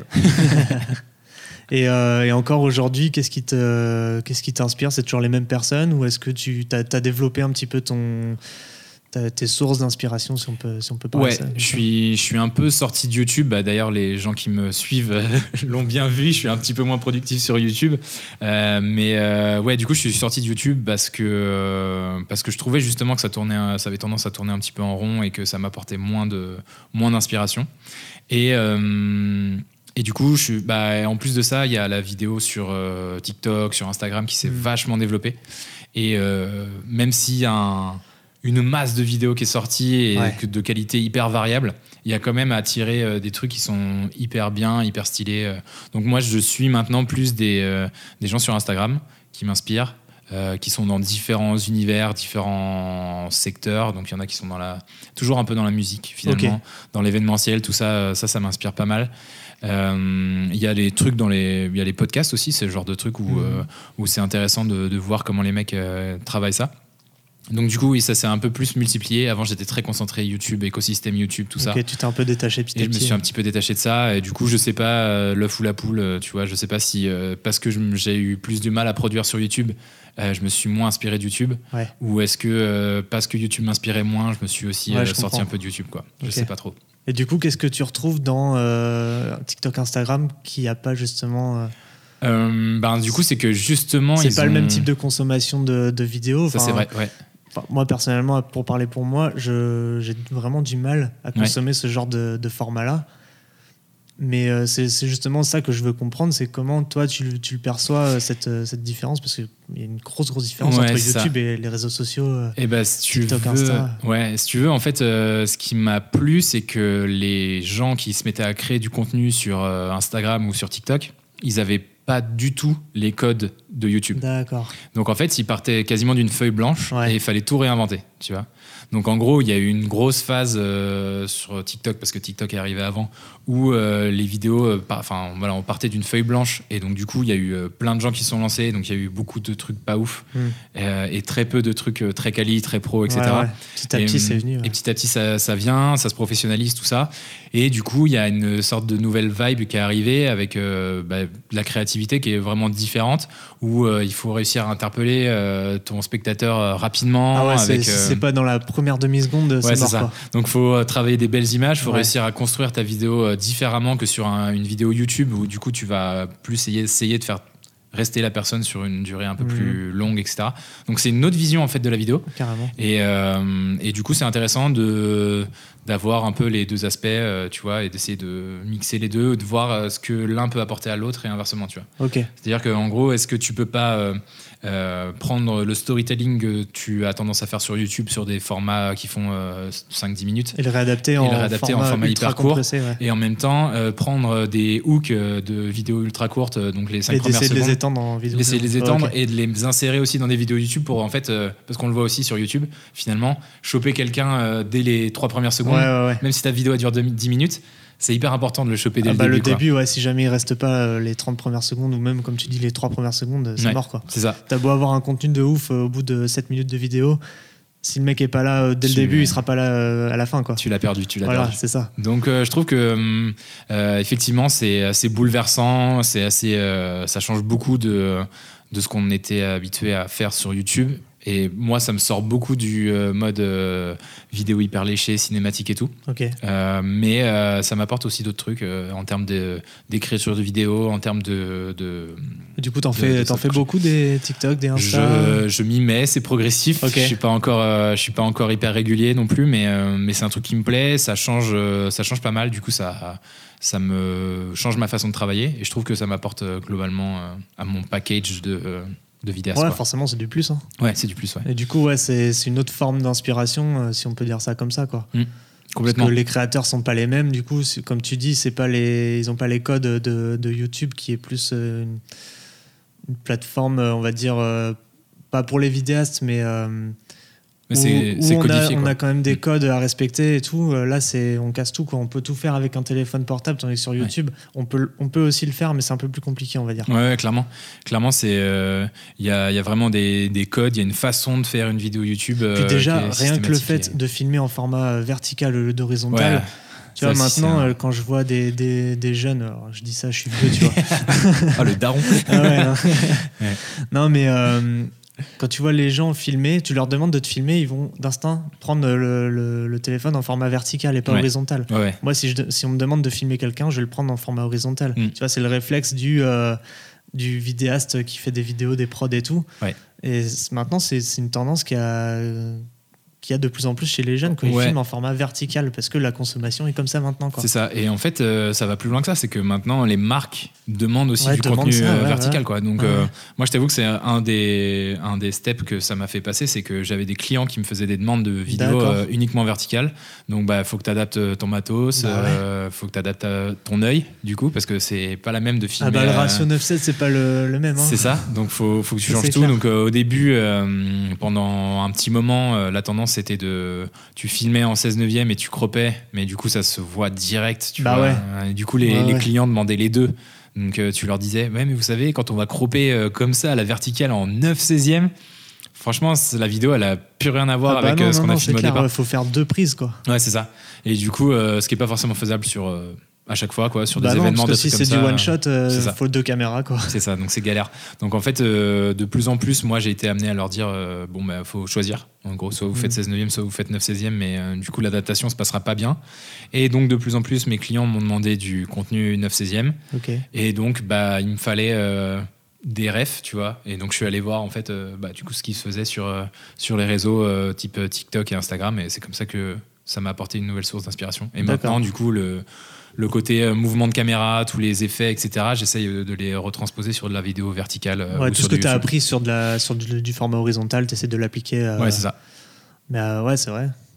Et, euh, et encore aujourd'hui, qu'est-ce qui te, qu'est-ce qui t'inspire ? C'est toujours les mêmes personnes ou est-ce que tu as développé un petit peu ton, ta, tes sources d'inspiration, si on peut, si on peut parler ouais, de ça ? je suis, je suis un peu sorti de YouTube. Bah, d'ailleurs, les gens qui me suivent l'ont bien vu. Je suis un petit peu moins productif sur YouTube. Euh, mais euh, ouais, du coup, je suis sorti de YouTube parce que, euh, parce que je trouvais justement que ça, tournait, ça avait tendance à tourner un petit peu en rond et que ça m'apportait moins, de, moins d'inspiration. Et... Euh, Et du coup, je suis, bah, en plus de ça, il y a la vidéo sur euh, TikTok, sur Instagram qui s'est mmh. vachement développée. Et euh, même s'il y a un, une masse de vidéos qui est sortie et ouais. que de qualité hyper variable, il y a quand même à tirer euh, des trucs qui sont hyper bien, hyper stylés. Euh. Donc moi, je suis maintenant plus des, euh, des gens sur Instagram qui m'inspirent, euh, qui sont dans différents univers, différents secteurs. Donc il y en a qui sont dans la, toujours un peu dans la musique finalement, okay. dans l'événementiel, tout ça, ça, ça m'inspire pas mal. Il euh, y a les trucs dans les, il y a les podcasts aussi, c'est le genre de truc où, mmh. euh, où c'est intéressant de, de voir comment les mecs euh, travaillent ça. Donc du coup, oui, ça s'est un peu plus multiplié. Avant, j'étais très concentré YouTube, écosystème YouTube, tout okay, ça. Tu t'es un peu détaché petit à petit. Et je me suis un petit peu détaché de ça. Et du coup, je sais pas euh, l'œuf ou la poule. Tu vois, je sais pas si euh, parce que je, j'ai eu plus du mal à produire sur YouTube, euh, je me suis moins inspiré de YouTube, ouais. ou est-ce que euh, parce que YouTube m'inspirait moins, je me suis aussi ouais, euh, je sorti comprends. un peu de YouTube, quoi. Je okay. sais pas trop. Et du coup, qu'est-ce que tu retrouves dans euh, TikTok, Instagram qui a pas justement euh... Euh, ben, du coup, c'est que justement, c'est ils pas ont... le même type de consommation de, de vidéos. Ça, c'est vrai, ouais. Enfin, moi, personnellement, pour parler pour moi, je, j'ai vraiment du mal à consommer ouais. ce genre de, de format-là. Mais euh, c'est, c'est justement ça que je veux comprendre, c'est comment toi, tu, tu le perçois, cette, cette différence, parce qu'il y a une grosse, grosse différence ouais, entre YouTube ça. Et les réseaux sociaux, euh, et bah, si tu TikTok, veux, Insta. Ouais, si tu veux, en fait, euh, ce qui m'a plu, c'est que les gens qui se mettaient à créer du contenu sur euh, Instagram ou sur TikTok, ils avaient pas du tout les codes de YouTube. D'accord. Donc en fait, il partait quasiment d'une feuille blanche Ouais. et il fallait tout réinventer, tu vois. Donc en gros, il y a eu une grosse phase euh, sur TikTok, parce que TikTok est arrivé avant, où euh, les vidéos, euh, par- enfin voilà, on partait d'une feuille blanche et donc du coup, il y a eu euh, plein de gens qui se sont lancés, donc il y a eu beaucoup de trucs pas ouf Mm. euh, et très peu de trucs euh, très quali, très pro, et cetera. Ouais, ouais. Petit à Et, petit, c'est venu. Et Ouais. petit à petit, ça, ça vient, ça se professionnalise, tout ça. Et du coup, il y a une sorte de nouvelle vibe qui est arrivée avec euh, bah, de la créativité qui est vraiment différente, où euh, il faut réussir à interpeller euh, ton spectateur euh, rapidement. Ah ouais, c'est, avec, si euh, c'est pas dans la première demi-seconde, Ouais, c'est c'est mort. ça. Quoi. Donc, il faut euh, travailler des belles images, il faut Ouais. réussir à construire ta vidéo euh, différemment que sur un- une vidéo YouTube où du coup, tu vas plus essayer, essayer de faire rester la personne sur une durée un peu Mhm. plus longue, et cetera. Donc, c'est une autre vision en fait de la vidéo. Carrément. Et, euh, et du coup, c'est intéressant de, d'avoir un peu les deux aspects, euh, tu vois, et d'essayer de mixer les deux, de voir euh, ce que l'un peut apporter à l'autre et inversement, tu vois. Ok. C'est-à-dire qu'en gros, est-ce que tu peux pas euh, euh, prendre le storytelling que tu as tendance à faire sur YouTube sur des formats qui font euh, cinq à dix minutes Et le réadapter, Et en, le réadapter format en format ultra hyper court. compressé, ouais. et en même temps euh, prendre des hooks euh, de vidéos ultra courtes, euh, donc les cinq Et premières d'essayer de secondes, les étendre en vidéo. d'essayer de les étendre Ok. et de les insérer aussi dans des vidéos YouTube pour en fait, euh, parce qu'on le voit aussi sur YouTube, finalement, choper quelqu'un euh, dès les trois premières secondes, Ouais, ouais, ouais. même si ta vidéo elle dure dix minutes, c'est hyper important de le choper dès Ah le bah, début. le quoi. début, ouais, si jamais il reste pas euh, les trente premières secondes ou même, comme tu dis, les trois premières secondes, c'est Ouais, mort, quoi. C'est ça. T'as beau avoir un contenu de ouf euh, au bout de sept minutes de vidéo, si le mec est pas là euh, dès Tu- le début, il sera pas là euh, à la fin, quoi. Tu l'as perdu, tu l'as Voilà, perdu. c'est ça. Donc euh, je trouve que euh, effectivement c'est assez bouleversant, c'est assez, euh, ça change beaucoup de, de ce qu'on était habitué à faire sur YouTube. Et moi, ça me sort beaucoup du euh, mode euh, vidéo hyper léché, cinématique et tout. Ok. Euh, mais euh, ça m'apporte aussi d'autres trucs euh, en termes de, d'écriture de vidéo, en termes de... de Et du coup, t'en de- fais, de t'en ça. fais beaucoup des TikTok, des Insta. je, je m'y mets, c'est progressif. Ok. Je suis pas encore, euh, je suis pas encore hyper régulier non plus, mais euh, mais c'est un truc qui me plaît. Ça change, euh, ça change pas mal. Du coup, ça ça me change ma façon de travailler et je trouve que ça m'apporte euh, globalement euh, à mon package de euh, de vidéastes. Ouais, quoi. forcément, c'est du plus. Hein. Ouais, c'est du plus, ouais. Et du coup, ouais, c'est, c'est une autre forme d'inspiration, euh, si on peut dire ça comme ça, quoi. Complètement. Parce que les créateurs sont pas les mêmes, du coup, c'est- comme tu dis, c'est pas les, ils ont pas les codes de, de YouTube qui est plus euh, une, une plateforme, euh, on va dire, euh, pas pour les vidéastes, mais euh, Mais où, c'est où c'est on, a, codifié. on quoi. a quand même des Mm. codes à respecter et tout. Euh, Là, c'est, on casse tout, quoi. On peut tout faire avec un téléphone portable, tandis que sur YouTube, on, peut, on peut aussi le faire, mais c'est un peu plus compliqué, on va dire. Ouais, ouais, clairement. Clairement, c'est euh, il y, a, il y a vraiment des, des codes, il y a une façon de faire une vidéo YouTube. euh, Puis déjà, qui est rien que le systématique fait de filmer en format euh, vertical au lieu d'horizontal. Ouais. Tu vois, Ça aussi, maintenant, c'est un- euh, quand je vois des, des, des jeunes, alors je dis ça, je suis vieux, tu vois. Ah, le daron. Ah ouais, non. Ouais. Non, mais euh, quand tu vois les gens filmer, tu leur demandes de te filmer, ils vont d'instinct prendre le, le- le téléphone en format vertical et pas Ouais. horizontal. Ouais, ouais. Moi, si, je, si on me demande de filmer quelqu'un, je vais le prendre en format horizontal. Mm. Tu vois, c'est le réflexe du, euh, du vidéaste qui fait des vidéos, des prods et tout. Ouais. Et c- maintenant, c'est c'est une tendance qui a, qui a de plus en plus chez les jeunes quand ils Ouais. filment en format vertical parce que la consommation est comme ça maintenant, quoi. C'est ça. Et en fait, euh, ça va plus loin que ça. C'est que maintenant, les marques demandent aussi Ouais, du demandent contenu ça, euh, ouais, vertical. ouais. Quoi. Donc, Ouais. euh, moi, je t'avoue que c'est un des, un des steps que ça m'a fait passer. C'est que j'avais des clients qui me faisaient des demandes de vidéos D'accord. euh, uniquement verticales. Donc, il bah, faut que tu adaptes ton matos, il Bah ouais. euh, faut que tu adaptes ton œil, du coup, parce que c'est pas la même de filmer. Ah bah le euh, ratio neuf sept, c'est pas le, le même. Hein. C'est ça, donc faut, faut que tu Ça, changes c'est tout. clair. Donc euh, au début, euh, pendant un petit moment, euh, la tendance c'était de, tu filmais en seize neuvième et tu croppais, mais du coup ça se voit direct. Tu Bah vois. ouais. Et du coup les, Ouais, les ouais. clients demandaient les deux. Donc euh, tu leur disais, ouais mais vous savez, quand on va cropper euh, comme ça à la verticale en neuf seizième, franchement c'est- la vidéo elle a plus rien à voir Ah bah avec non, euh, ce non, qu'on a non, filmé c'est au clair, départ. ouais, faut faire deux prises, quoi. Ouais c'est ça. Et du coup, euh, ce qui est pas forcément faisable sur euh, à chaque fois quoi, sur Bah des non, événements, parce que des si trucs c'est comme du ça. one shot, euh, c'est ça. faut deux caméras, quoi. C'est ça, donc c'est galère. Donc en fait, euh, de plus en plus, moi j'ai été amené à leur dire euh, bon, bah faut choisir. En gros, soit vous faites Mm. seize neuvième, soit vous faites neuf seizième, mais euh, du coup l'adaptation se passera pas bien. Et donc de plus en plus, mes clients m'ont demandé du contenu neuf seizième. Ok. Et donc, bah, il me fallait euh, des refs, tu vois. Et donc je suis allé voir en fait, euh, bah, du coup, ce qui se faisait sur, euh, sur les réseaux euh, type TikTok et Instagram. Et c'est comme ça que ça m'a apporté une nouvelle source d'inspiration. Et D'accord. maintenant, du coup, le le côté euh, mouvement de caméra, tous les effets, et cetera, j'essaye euh, de les retransposer sur de la vidéo verticale. euh, Ouais, ou tout sur ce que du tu as YouTube. appris sur, de la, sur du, du format horizontal, tu essaies de l'appliquer. euh, Ouais, c'est ça. Mais euh, ouais, c'est vrai.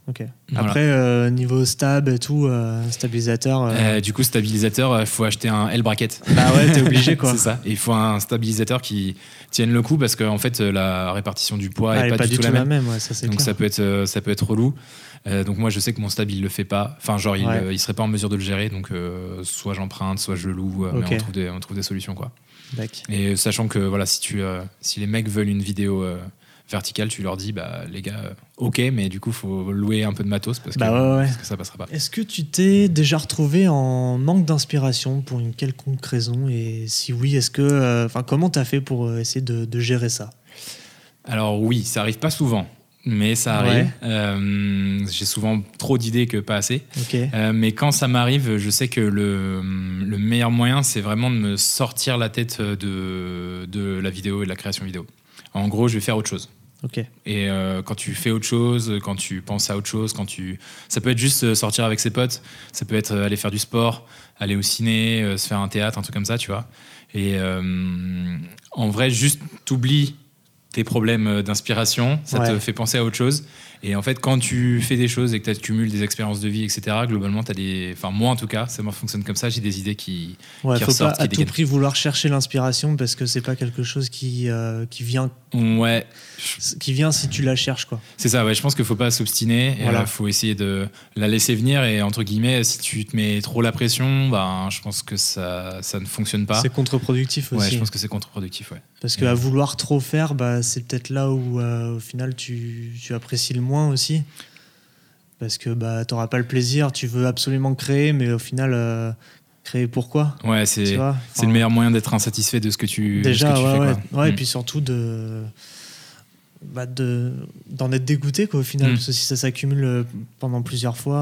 Ok. Voilà. Après, euh, niveau stab et tout, euh, stabilisateur. Euh... Euh, du coup, stabilisateur, il faut acheter un L-bracket. Bah ouais, t'es obligé quoi. C'est ça. Et il faut un stabilisateur qui tienne le coup parce qu'en en fait, la répartition du poids ah, est pas, pas du tout, tout la la même. même ouais, ça, c'est Donc clair. ça peut être, euh, ça peut être relou. Euh, donc moi, je sais que mon stab, il le fait pas. Enfin, genre, il, Ouais. euh, il serait pas en mesure de le gérer. Donc euh, soit j'emprunte, soit je le loue. Euh, Ok. Mais on trouve des, on trouve des solutions quoi. D'accord. Et sachant que voilà, si tu, euh, si les mecs veulent une vidéo euh, verticale, tu leur dis, bah les gars, euh, ok, mais du coup, faut louer un peu de matos parce que, Bah ouais, ouais. parce que ça passera pas. Est-ce que tu t'es déjà retrouvé en manque d'inspiration pour une quelconque raison? Et si oui, est-ce que, enfin, euh, comment t'as fait pour essayer de, de gérer ça? Alors oui, ça arrive pas souvent. Mais ça arrive. Ouais. Euh, j'ai souvent trop d'idées que pas assez. Okay. Euh, mais quand ça m'arrive, je sais que le, le meilleur moyen, c'est vraiment de me sortir la tête de, de la vidéo et de la création vidéo. En gros, je vais faire autre chose. Okay. Et euh, quand tu fais autre chose, quand tu penses à autre chose, quand tu... ça peut être juste sortir avec ses potes, ça peut être aller faire du sport, aller au ciné, euh, se faire un théâtre, un truc comme ça, tu vois. Et euh, en vrai, juste t'oublies tes problèmes d'inspiration, ça ouais. te fait penser à autre chose. Et en fait, quand tu fais des choses et que tu cumules des expériences de vie, et cetera, globalement, tu as des... Enfin, moi, en tout cas, ça fonctionne comme ça. J'ai des idées qui, ouais, qui faut ressortent. Pas à qui tout prix vouloir chercher l'inspiration parce que c'est pas quelque chose qui, euh, qui vient... Ouais. Qui vient si tu la cherches, quoi. C'est ça, ouais. Je pense qu'il faut pas s'obstiner. Il voilà. euh, faut essayer de la laisser venir. Et entre guillemets, si tu te mets trop la pression, ben, je pense que ça, ça ne fonctionne pas. C'est contre-productif aussi. Ouais, je pense que c'est contre-productif, ouais. Parce qu'à vouloir trop faire, bah, c'est peut-être là où, euh, au final, tu, tu apprécies le moins aussi. Parce que bah, tu n'auras pas le plaisir, tu veux absolument créer, mais au final, euh, créer pourquoi? Ouais, c'est, enfin, c'est le meilleur moyen d'être insatisfait de ce que tu, déjà, de ce que tu ouais, fais. Ouais, quoi. ouais, mmh. Et puis surtout de, bah, de, d'en être dégoûté quoi, au final, mmh. parce que si ça s'accumule pendant plusieurs fois,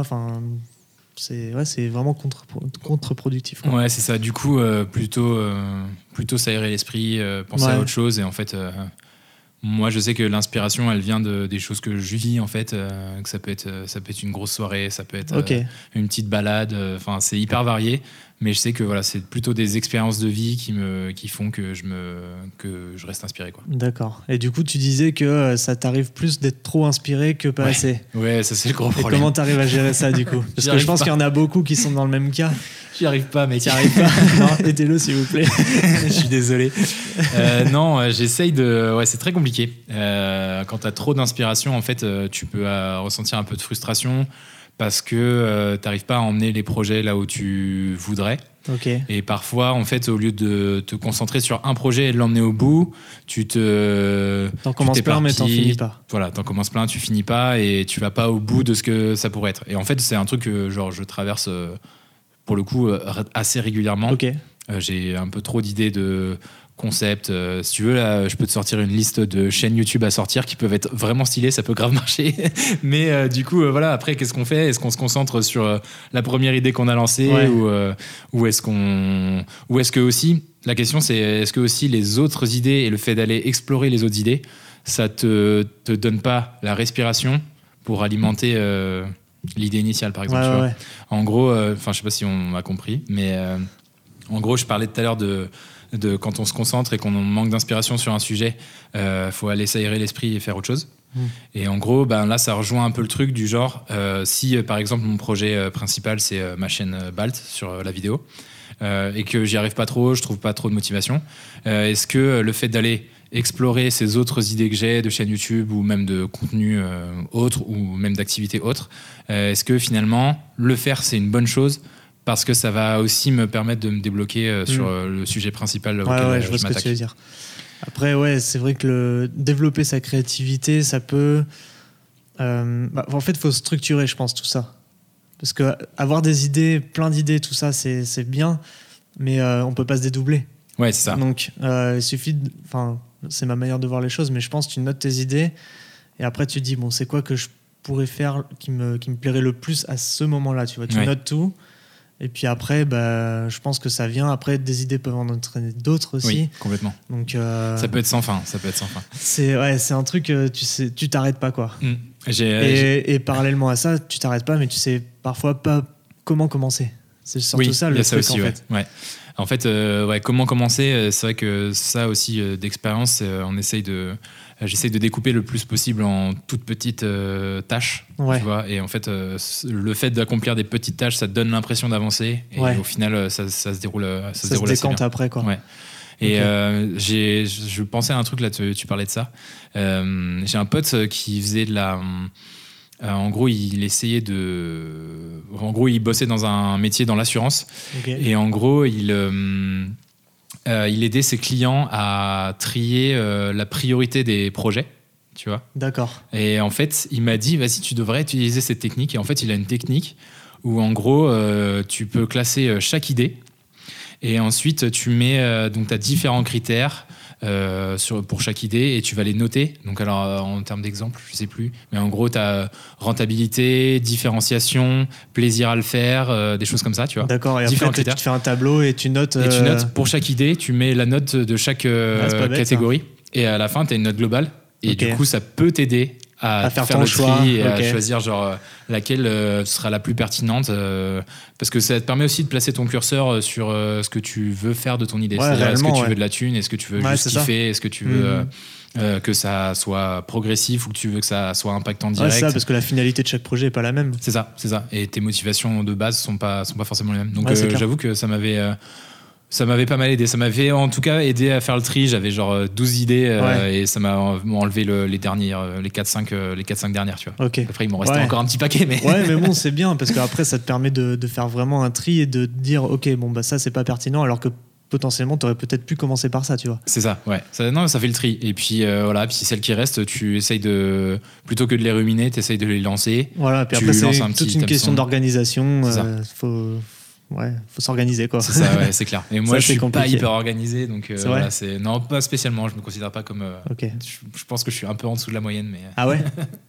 c'est, ouais, c'est vraiment contre, contre-productif. Quoi. Ouais, c'est ça. Du coup, euh, plutôt, euh, plutôt s'aérer l'esprit, euh, penser ouais. à autre chose, et en fait... Euh, moi, je sais que l'inspiration, elle vient de, des choses que je vis, en fait. Euh, que ça peut être, ça peut être une grosse soirée, ça peut être okay. euh, une petite balade. Enfin, euh, c'est hyper varié. Mais je sais que voilà, c'est plutôt des expériences de vie qui me, qui font que je me, que je reste inspiré, quoi. D'accord. Et du coup, tu disais que ça t'arrive plus d'être trop inspiré que pas ouais. assez. Ouais, ça c'est le gros problème. Et comment t'arrives à gérer ça, du coup? Parce que je pense pas. qu'il y en a beaucoup qui sont dans le même cas. J'y arrive pas, mec. T'y arrives pas. Non, aidez-le, s'il vous plaît. Je suis désolé. Euh, non, euh, j'essaye de. Ouais, c'est très compliqué. Euh, quand t'as trop d'inspiration, en fait, euh, tu peux euh, ressentir un peu de frustration parce que euh, t'arrives pas à emmener les projets là où tu voudrais. Okay. Et parfois, en fait, au lieu de te concentrer sur un projet et de l'emmener au bout, tu te. T'en commences plein, mais t'en finis pas. Voilà, t'en commences plein, tu finis pas et tu vas pas au bout de ce que ça pourrait être. Et en fait, c'est un truc que genre, je traverse, pour le coup, assez régulièrement. Okay. Euh, j'ai un peu trop d'idées de concepts. Euh, si tu veux, là, je peux te sortir une liste de chaînes YouTube à sortir qui peuvent être vraiment stylées, ça peut grave marcher. Mais euh, du coup, euh, voilà, après, qu'est-ce qu'on fait? Est-ce qu'on se concentre sur euh, la première idée qu'on a lancée ouais. ou, euh, ou est-ce qu'on, ou est-ce que aussi, la question c'est, est-ce que aussi les autres idées et le fait d'aller explorer les autres idées, ça te, te donne pas la respiration pour alimenter euh, l'idée initiale, par exemple. Ouais, tu ouais, vois. ouais. En gros, enfin, euh, je sais pas si on m'a compris, mais euh, en gros, je parlais tout à l'heure de de quand on se concentre et qu'on manque d'inspiration sur un sujet, il euh, faut aller s'aérer l'esprit et faire autre chose. Mmh. Et en gros, ben, là, ça rejoint un peu le truc du genre, euh, si euh, par exemple mon projet euh, principal, c'est euh, ma chaîne euh, Balt sur euh, la vidéo, euh, et que j'y arrive pas trop, je trouve pas trop de motivation, euh, est-ce que euh, le fait d'aller explorer ces autres idées que j'ai de chaîne YouTube ou même de contenu euh, autre ou même d'activités autres, euh, est-ce que finalement, le faire, c'est une bonne chose ? Parce que ça va aussi me permettre de me débloquer euh, sur euh, le sujet principal auquel ouais, ouais, je je vois ce m'attaque. Que tu veux dire. Après, ouais, c'est vrai que le... développer sa créativité, ça peut... Euh... Bah, en fait, il faut structurer, je pense, tout ça. Parce qu'avoir des idées, plein d'idées, tout ça, c'est, c'est bien, mais euh, on ne peut pas se dédoubler. Ouais, c'est ça. Donc, euh, il suffit... De... Enfin, c'est ma manière de voir les choses, mais je pense que tu notes tes idées, et après, tu te dis, bon, c'est quoi que je pourrais faire qui me, qui me plairait le plus à ce moment-là, tu vois. Tu ouais. notes tout. Et puis après, bah, je pense que ça vient. Après, des idées peuvent en entraîner d'autres aussi. Oui, complètement. Donc, euh, ça peut être sans fin. Ça peut être sans fin. C'est, ouais, c'est un truc, tu sais, tu t'arrêtes pas, quoi. Mmh. J'ai, et, j'ai... et parallèlement à ça, tu t'arrêtes pas, mais tu sais parfois pas comment commencer. C'est surtout oui, ça le il y a truc ça aussi, en ouais. fait. Ouais. En fait, euh, ouais, comment commencer? C'est vrai que ça aussi euh, d'expérience, euh, on essaye de, euh, j'essaye de découper le plus possible en toutes petites euh, tâches, Ouais. tu vois. Et en fait, euh, le fait d'accomplir des petites tâches, ça te donne l'impression d'avancer. Et Ouais. au final, ça, ça se déroule, ça, Ça se déroule se assez décante bien. après, quoi. Ouais. Et Ok. euh, j'ai, je pensais à un truc là, tu, tu parlais de ça. Euh, j'ai un pote qui faisait de la. Euh, en gros, il essayait de. En gros, il bossait dans un métier dans l'assurance. Ok. Et en gros, il, euh, euh, il aidait ses clients à trier euh, la priorité des projets, tu vois. D'accord. Et en fait, il m'a dit, vas-y, tu devrais utiliser cette technique. Et en fait, il a une technique où, en gros, euh, tu peux classer chaque idée. Et ensuite, tu mets, euh, donc, tu as différents critères euh, sur, pour chaque idée et tu vas les noter. Donc, alors, euh, en termes d'exemple, je sais plus. Mais en gros, tu as rentabilité, différenciation, plaisir à le faire, euh, des choses comme ça, tu vois. D'accord. Et Différents après, tu critères. te fais un tableau et tu notes. Et tu euh, notes pour chaque idée, tu mets la note de chaque euh, Ah, c'est pas bête, catégorie. Et à la fin, tu as une note globale. Et Ok. du coup, ça peut t'aider à, À faire faire ton le choix, tri et ok. à choisir genre, euh, laquelle euh, sera la plus pertinente. euh, parce que ça te permet aussi de placer ton curseur euh, sur euh, ce que tu veux faire de ton idée. Ouais, C'est-à-dire, est-ce que réellement, tu ouais. veux de la thune? Est-ce que tu veux Ouais, juste c'est ça. kiffer? Est-ce que tu veux Mhm. euh, euh, que ça soit progressif ou que tu veux que ça soit impactant Ouais, direct? c'est ça, parce que la finalité de chaque projet est pas la même. C'est ça, c'est ça. Et tes motivations de base sont pas, sont pas forcément les mêmes. Donc Ouais, c'est euh, clair. j'avoue que ça m'avait, euh, ça m'avait pas mal aidé. Ça m'avait en tout cas aidé à faire le tri. J'avais genre douze idées euh, Ouais. et ça m'a enlevé le- les dernières, euh, les quatre cinq euh, les quatre cinq dernières, tu vois. Ok. Après, il m'en restait Ouais. encore un petit paquet, mais. Ouais, mais bon, c'est bien parce qu'après, ça te permet de, de faire vraiment un tri et de te dire, ok, bon, bah ça, c'est pas pertinent, alors que potentiellement, t'aurais peut-être pu commencer par ça, tu vois. C'est ça, ouais. Ça, non, ça fait le tri. Et puis euh, voilà, puis celles qui restent, tu essayes de. Plutôt que de les ruminer, tu essayes de les lancer. Voilà, puis Tu après, c'est lances un toute petit une question hameçon. d'organisation. C'est ça. euh, faut, ouais, faut s'organiser, quoi. C'est ça, ouais, c'est clair. Et moi, Ça, je c'est suis pas compliqué. hyper organisé, donc euh, C'est voilà, vrai c'est. Non, pas spécialement. Je me considère pas comme. euh, Ok. je, je pense que je suis un peu en dessous de la moyenne, mais. Ah ouais.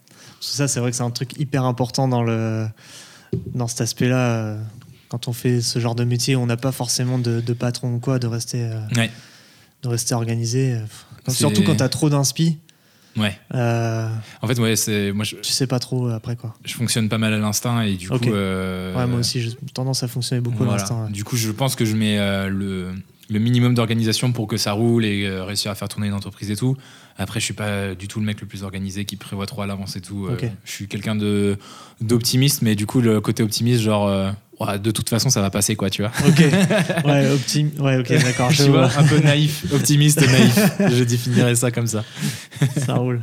Ça, c'est vrai que c'est un truc hyper important dans le dans cet aspect-là. euh, Quand on fait ce genre de métier, on n'a pas forcément de, de patron ou quoi, de rester, euh, Ouais. de rester organisé. euh, quand- C'est- surtout quand t'as trop d'inspi, Ouais. euh, En fait, ouais, c'est. Moi, je, tu sais pas trop euh, après, quoi. je fonctionne pas mal à l'instinct et du Ok. coup. euh, Ouais, moi aussi, j'ai tendance à fonctionner beaucoup à Voilà. l'instant. ouais. Du coup, je pense que je mets euh, le, le minimum d'organisation pour que ça roule et euh, réussir à faire tourner une entreprise et tout. Après, je suis pas du tout le mec le plus organisé qui prévoit trop à l'avance et tout. Euh, Ok. je suis quelqu'un de d'optimiste, mais du coup, le côté optimiste, genre, euh, ouais, de toute façon, ça va passer, quoi, tu vois. Ok. Ouais, optim... ouais, ok, d'accord. Je Tu vois, vois. un peu naïf, optimiste, naïf. Je définirais ça comme ça. Ça roule.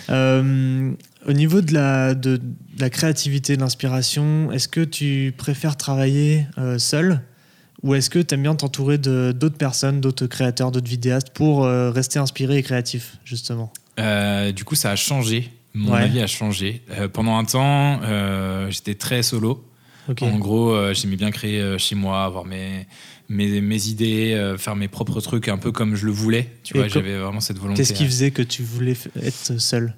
Euh, au niveau de la, de, de la créativité, de l'inspiration, est-ce que tu préfères travailler euh, seul ou est-ce que tu aimes bien t'entourer de, d'autres personnes, d'autres créateurs, d'autres vidéastes pour euh, rester inspiré et créatif, justement? Euh, du coup, ça a changé. Mon Ouais. avis a changé. Euh, pendant un temps, euh, j'étais très solo. Ok. En gros, euh, j'aimais bien créer euh, chez moi, avoir mes, mes, mes idées, euh, faire mes propres trucs un peu comme je le voulais. Tu Et vois, co- j'avais vraiment cette volonté. Qu'est-ce qui faisait que tu voulais f- être seul?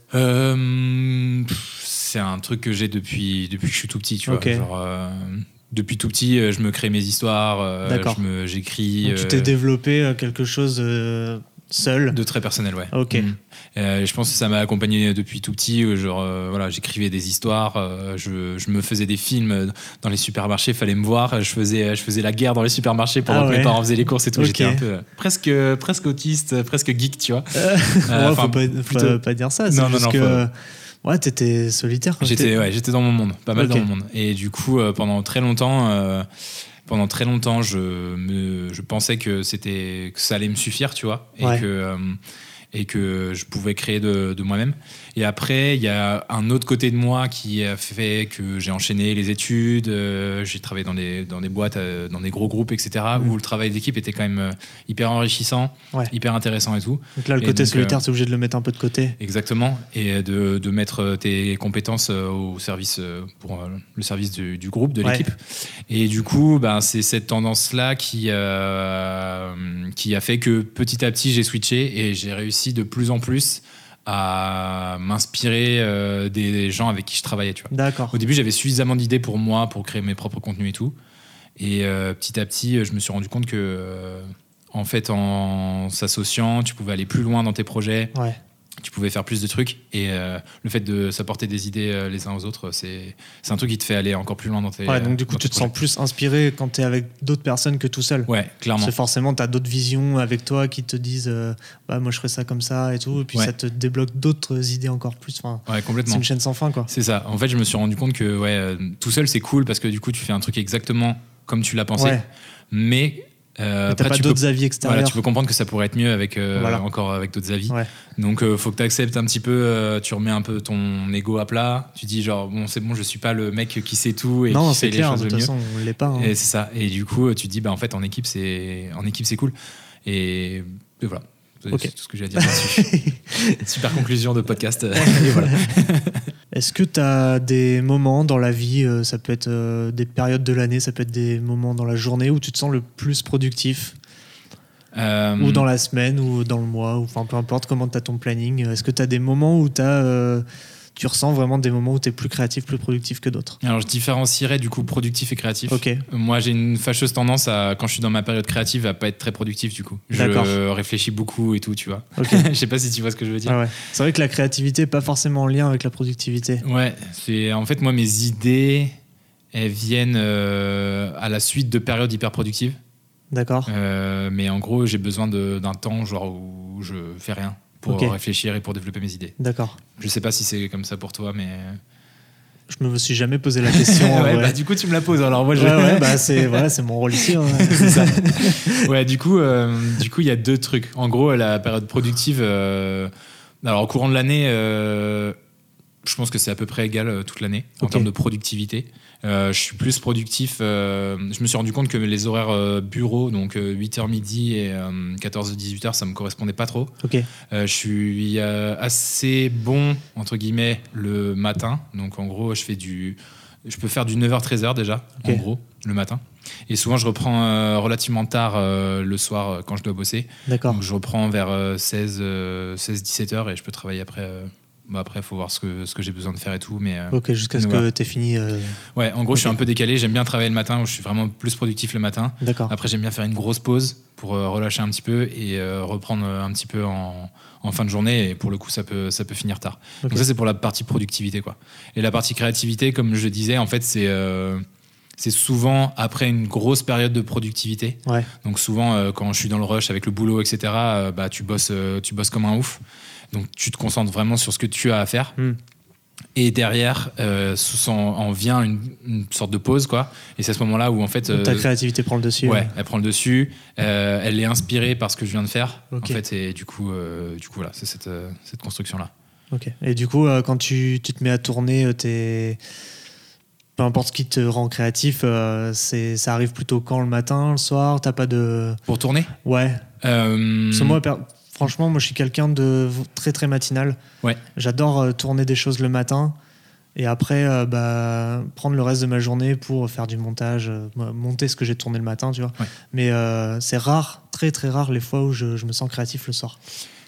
Euh, pff, C'est un truc que j'ai depuis, depuis que je suis tout petit. Tu Ok. vois, genre, euh, depuis tout petit, euh, je me crée mes histoires, euh, D'accord. je me- j'écris. Donc, tu euh, t'es développé euh, quelque chose euh, seul? De très personnel, ouais. Ok. Mm. Euh, je pense que ça m'a accompagné depuis tout petit. euh, Genre, euh, voilà, j'écrivais des histoires, euh, je, je me faisais des films dans les supermarchés, fallait me voir. Je faisais, je faisais la guerre dans les supermarchés pendant Ah que ouais. mes parents faisaient les courses et tout. Ok. J'étais un peu euh, presque, presque autiste, presque geek, tu vois. Euh, Euh, ouais, enfin, faut, pas, faut plutôt- pas dire ça. C'est Non, non, juste non, que faut- ouais, t'étais solitaire. quoi. J'étais, T'es- ouais, j'étais dans mon monde, pas mal Ok. dans mon monde. Et du coup, euh, pendant très longtemps, euh, pendant très longtemps, je, me, je pensais que c'était, que ça allait me suffire, tu vois, et Ouais. que euh, et que je pouvais créer de, de moi-même. Et après, il y a un autre côté de moi qui a fait que j'ai enchaîné les études, euh, j'ai travaillé dans des, dans des boîtes, euh, dans des gros groupes, et cetera, Mhm. où le travail d'équipe était quand même euh, hyper enrichissant, Ouais. hyper intéressant et tout. Donc là, le Et côté donc, solitaire, euh, t'es obligé de le mettre un peu de côté. Exactement, et de, de mettre tes compétences euh, au service euh, pour euh, le service du, du groupe, de Ouais. l'équipe. Et du coup, ben, c'est cette tendance-là qui, euh, qui a fait que petit à petit, j'ai switché et j'ai réussi de plus en plus à m'inspirer euh, des gens avec qui je travaillais. Tu vois. D'accord. Au début, j'avais suffisamment d'idées pour moi, pour créer mes propres contenus et tout. Et euh, petit à petit, je me suis rendu compte que, euh, en fait, en s'associant, tu pouvais aller plus loin dans tes projets. Ouais. tu pouvais faire plus de trucs. Et euh, le fait de s'apporter des idées euh, les uns aux autres, c'est, c'est un truc qui te fait aller encore plus loin dans tes Ouais, donc du coup, tu te projets. sens plus inspiré quand tu es avec d'autres personnes que tout seul. Ouais, clairement. Parce que forcément, tu as d'autres visions avec toi qui te disent euh, bah, moi, je ferais ça comme ça et tout. Et puis, ouais. ça te débloque d'autres idées encore plus. Enfin, ouais, complètement. C'est une chaîne sans fin, quoi. C'est ça. En fait, je me suis rendu compte que ouais, euh, tout seul, c'est cool parce que du coup, tu fais un truc exactement comme tu l'as pensé. Ouais. Mais Euh, Mais t'as après, pas d'autres peux, avis extérieurs. Voilà, tu peux comprendre que ça pourrait être mieux avec euh, voilà. encore avec d'autres avis. Ouais. Donc, euh, faut que tu acceptes un petit peu. Euh, tu remets un peu ton ego à plat. Tu dis genre bon, c'est bon, je suis pas le mec qui sait tout et non, qui fait clair, les choses de le mieux. Façon, on l'est pas. Hein. Et c'est ça. Et du coup, tu te dis bah en fait en équipe c'est en équipe c'est cool. Et, et voilà. C'est okay. tout ce que j'ai à dire là-dessus. Super conclusion de podcast. Et voilà. Est-ce que tu as des moments dans la vie, euh, ça peut être euh, des périodes de l'année, ça peut être des moments dans la journée où tu te sens le plus productif euh, ou dans la semaine ou dans le mois, ou enfin peu importe comment tu as ton planning. Est-ce que tu as des moments où t'as, euh, tu ressens vraiment des moments où tu es plus créatif, plus productif que d'autres? Alors je différencierais du coup productif et créatif. Okay. Moi j'ai une fâcheuse tendance à, quand je suis dans ma période créative, à pas être très productif du coup. Je D'accord. réfléchis beaucoup et tout, tu vois. Okay. Je sais pas si tu vois ce que je veux dire. Ah ouais. C'est vrai que la créativité n'est pas forcément en lien avec la productivité. Ouais, c'est en fait moi mes idées, elles viennent euh, à la suite de périodes hyper productives. D'accord. Euh, mais en gros j'ai besoin de, d'un temps genre où je fais rien pour okay. réfléchir et pour développer mes idées. D'accord. Je sais pas si c'est comme ça pour toi, mais je me suis jamais posé la question. ouais, ouais. bah, du coup, tu me la poses. Alors moi, je... ouais, ouais, bah, c'est voilà, c'est mon rôle ici. Hein. C'est ça. Ouais, du coup, euh, du coup, il y a deux trucs. En gros, la période productive. Euh, alors, au courant de l'année, euh, je pense que c'est à peu près égal euh, toute l'année en okay. termes de productivité. Euh, je suis plus productif. Euh, je me suis rendu compte que les horaires euh, bureau, donc euh, huit heures midi et euh, quatorze heures dix-huit heures, ça me correspondait pas trop. Okay. Euh, je suis euh, assez bon entre guillemets le matin. Donc en gros, je fais du, je peux faire du neuf heures treize heures déjà, okay. en gros, le matin. Et souvent, je reprends euh, relativement tard euh, le soir euh, quand je dois bosser. D'accord. Donc je reprends vers euh, seize dix-sept heures et je peux travailler après. Euh, Bon, après, il faut voir ce que, ce que j'ai besoin de faire et tout. Mais, euh, ok, jusqu'à ce voilà. que tu aies fini. Euh... Ouais, en gros, okay. je suis un peu décalé. J'aime bien travailler le matin où je suis vraiment plus productif le matin. D'accord. Après, j'aime bien faire une grosse pause pour euh, relâcher un petit peu et euh, reprendre un petit peu en, en fin de journée. Et pour le coup, ça peut, ça peut finir tard. Okay. Donc, ça, c'est pour la partie productivité, quoi. Et la partie créativité, comme je disais, en fait, c'est. Euh, c'est souvent après une grosse période de productivité. Ouais. Donc souvent, euh, quand je suis dans le rush avec le boulot, et cetera, euh, bah, tu bosses, euh, tu bosses comme un ouf. Donc tu te concentres vraiment sur ce que tu as à faire. Mm. Et derrière, euh, en, en vient une, une sorte de pause, quoi. Et c'est à ce moment-là où en fait... Euh, ta euh, créativité prend le dessus. Ouais, ouais. Elle prend le dessus. Euh, elle est inspirée par ce que je viens de faire. Okay. En fait, et du coup, euh, du coup voilà, c'est cette, euh, cette construction-là. Ok. Et du coup, euh, quand tu, tu te mets à tourner tes... peu importe ce qui te rend créatif, euh, c'est, ça arrive plutôt quand, le matin, le soir, t'as pas de... Pour tourner ? Ouais. Euh... Parce que moi, per... franchement, moi, je suis quelqu'un de très, très matinal. Ouais. J'adore euh, tourner des choses le matin et après, euh, bah, prendre le reste de ma journée pour faire du montage, euh, monter ce que j'ai tourné le matin, tu vois. Ouais. Mais euh, c'est rare, très, très rare les fois où je, je me sens créatif le soir.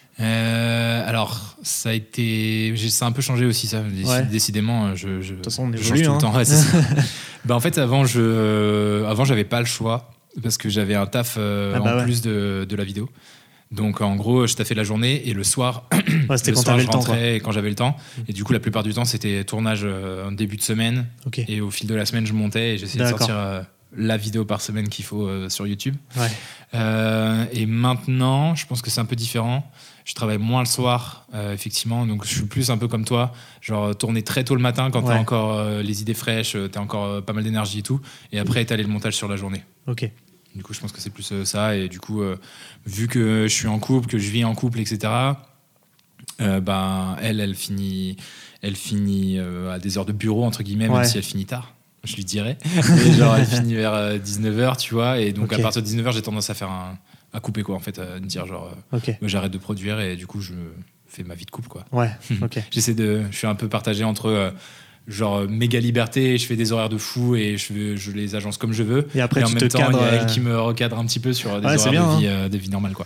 Euh, alors, ça a été, ça a un peu changé aussi ça. Ouais. Décidément, je, je, de toute façon, on je évolue, change hein. tout le temps. Ouais, c'est ça. Bah, en fait, avant, je, euh, avant, j'avais pas le choix parce que j'avais un taf euh, ah bah en ouais. plus de, de la vidéo. Donc, en gros, je taffais la journée et le soir, ouais, c'était le quand soir, t'avais je le temps, rentrais quoi. et quand j'avais le temps. Et du coup, la plupart du temps, c'était tournage euh, en début de semaine. Okay. Et au fil de la semaine, je montais et j'essayais D'accord. de sortir euh, la vidéo par semaine qu'il faut euh, sur YouTube. Ouais. Euh, et maintenant, je pense que c'est un peu différent. Je travaille moins le soir, euh, effectivement, donc je suis plus un peu comme toi, genre tourner très tôt le matin quand ouais. t'as encore euh, les idées fraîches, t'as encore euh, pas mal d'énergie et tout, et après étaler le montage sur la journée. Ok. Du coup, je pense que c'est plus euh, ça, et du coup, euh, vu que je suis en couple, que je vis en couple, et cetera, euh, ben, elle, elle finit, elle finit euh, à des heures de bureau, entre guillemets, ouais. même si elle finit tard. Je lui dirais. Mais genre, elle finit vers euh, dix-neuf heures, tu vois, et donc okay. à partir de dix-neuf heures, j'ai tendance à faire un. à couper quoi en fait, à me dire genre okay. euh, j'arrête de produire et du coup je fais ma vie de couple quoi. Ouais. Ok. J'essaie de, je suis un peu partagé entre euh, genre méga liberté, je fais des horaires de fou et je, je les agence comme je veux. Et après et en tu même te temps, cadres. Il y a elle qui me recadre un petit peu sur des ouais, horaires bien, de, vie, hein. euh, de vie normale quoi.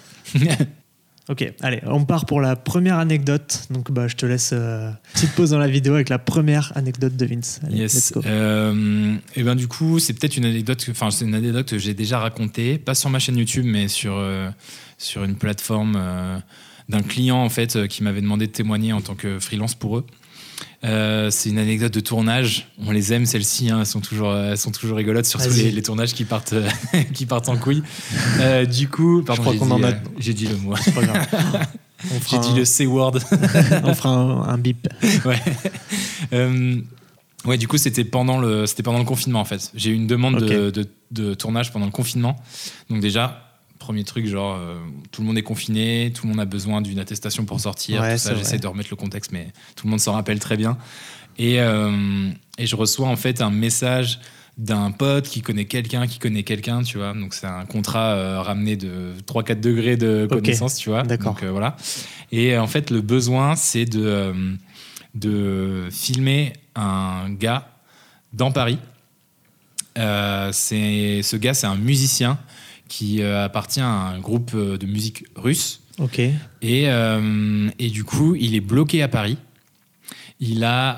Ok, allez, on part pour la première anecdote. Donc, bah, je te laisse euh, petite pause dans la vidéo avec la première anecdote de Vince. Allez, yes. let's go. Euh, et ben du coup, c'est peut-être une anecdote. Enfin, c'est une anecdote que j'ai déjà racontée, pas sur ma chaîne YouTube, mais sur euh, sur une plateforme. Euh, d'un client en fait euh, qui m'avait demandé de témoigner en tant que freelance pour eux. Euh, c'est une anecdote de tournage. On les aime celles-ci, hein. elles sont toujours, elles sont toujours rigolotes, surtout les, les tournages qui partent, euh, qui partent en couille. Euh, du coup, pardon, je crois qu'on dit, en a. Euh, j'ai dit le mot. C'est pas grave. J'ai dit un... le C-word. On fera un, un bip. Ouais. Euh, ouais, du coup, c'était pendant le, c'était pendant le confinement en fait. J'ai eu une demande okay. de, de, de tournage pendant le confinement. Donc déjà. Premier truc, genre, euh, tout le monde est confiné, tout le monde a besoin d'une attestation pour sortir. Ouais, tout ça, j'essaie de remettre le contexte, mais tout le monde s'en rappelle très bien. Et, euh, et je reçois en fait un message d'un pote qui connaît quelqu'un, qui connaît quelqu'un, tu vois. Donc c'est un contrat euh, ramené de trois à quatre degrés de connaissance, okay. tu vois. D'accord. Donc euh, voilà. Et en fait, le besoin, c'est de, euh, de filmer un gars dans Paris. Euh, c'est, ce gars, c'est un musicien qui euh, appartient à un groupe de musique russe. Ok. Et, euh, et du coup, il est bloqué à Paris. Il a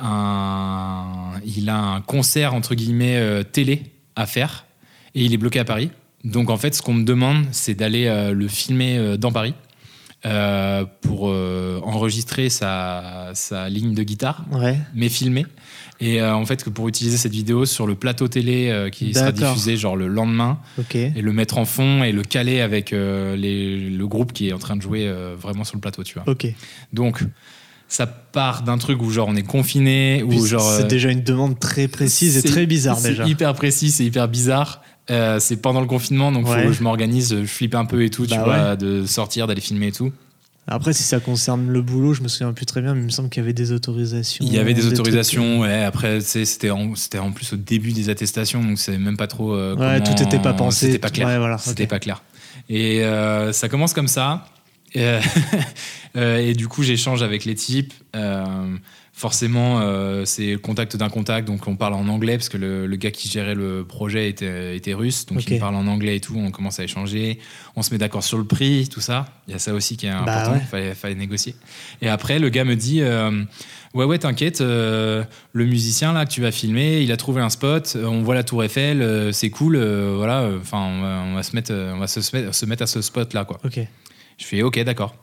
un, il a un concert, entre guillemets, euh, télé à faire. Et il est bloqué à Paris. Donc, en fait, ce qu'on me demande, c'est d'aller euh, le filmer euh, dans Paris euh, pour euh, enregistrer sa, sa ligne de guitare, ouais. mais filmer. Et euh, en fait, que pour utiliser cette vidéo sur le plateau télé euh, qui D'accord. sera diffusé genre le lendemain, okay. et le mettre en fond et le caler avec euh, les, le groupe qui est en train de jouer euh, vraiment sur le plateau, tu vois. Ok. Donc, ça part d'un truc où genre on est confiné, où genre c'est euh, déjà une demande très précise et très bizarre c'est déjà. C'est hyper précis, c'est hyper bizarre. Euh, c'est pendant le confinement, donc ouais. faut que je m'organise, je flippe un peu et tout, bah tu ouais. vois, de sortir, d'aller filmer et tout. Après, si ça concerne le boulot, je me souviens plus très bien, mais il me semble qu'il y avait des autorisations. Il y avait des, des autorisations, trucs... ouais. Après, c'était en, c'était en plus au début des attestations, donc c'est même pas trop. Euh, ouais, comment... tout n'était pas pensé. C'était pas clair. Ouais, voilà, c'était okay. pas clair. Et euh, ça commence comme ça. Et, euh, et du coup, j'échange avec les types. Euh, forcément, euh, c'est le contact d'un contact, donc on parle en anglais, parce que le, le gars qui gérait le projet était, était russe, donc okay. il me parle en anglais et tout, on commence à échanger, on se met d'accord sur le prix, tout ça. Il y a ça aussi qui est important, bah ouais. il fallait, fallait négocier. Et après, le gars me dit euh, ouais, ouais, t'inquiète, euh, le musicien là que tu vas filmer, il a trouvé un spot, on voit la Tour Eiffel, euh, c'est cool, euh, voilà, enfin, on va, on va, se mettre, on va se, se mettre à ce spot là, quoi. Ok. Je fais ok, d'accord.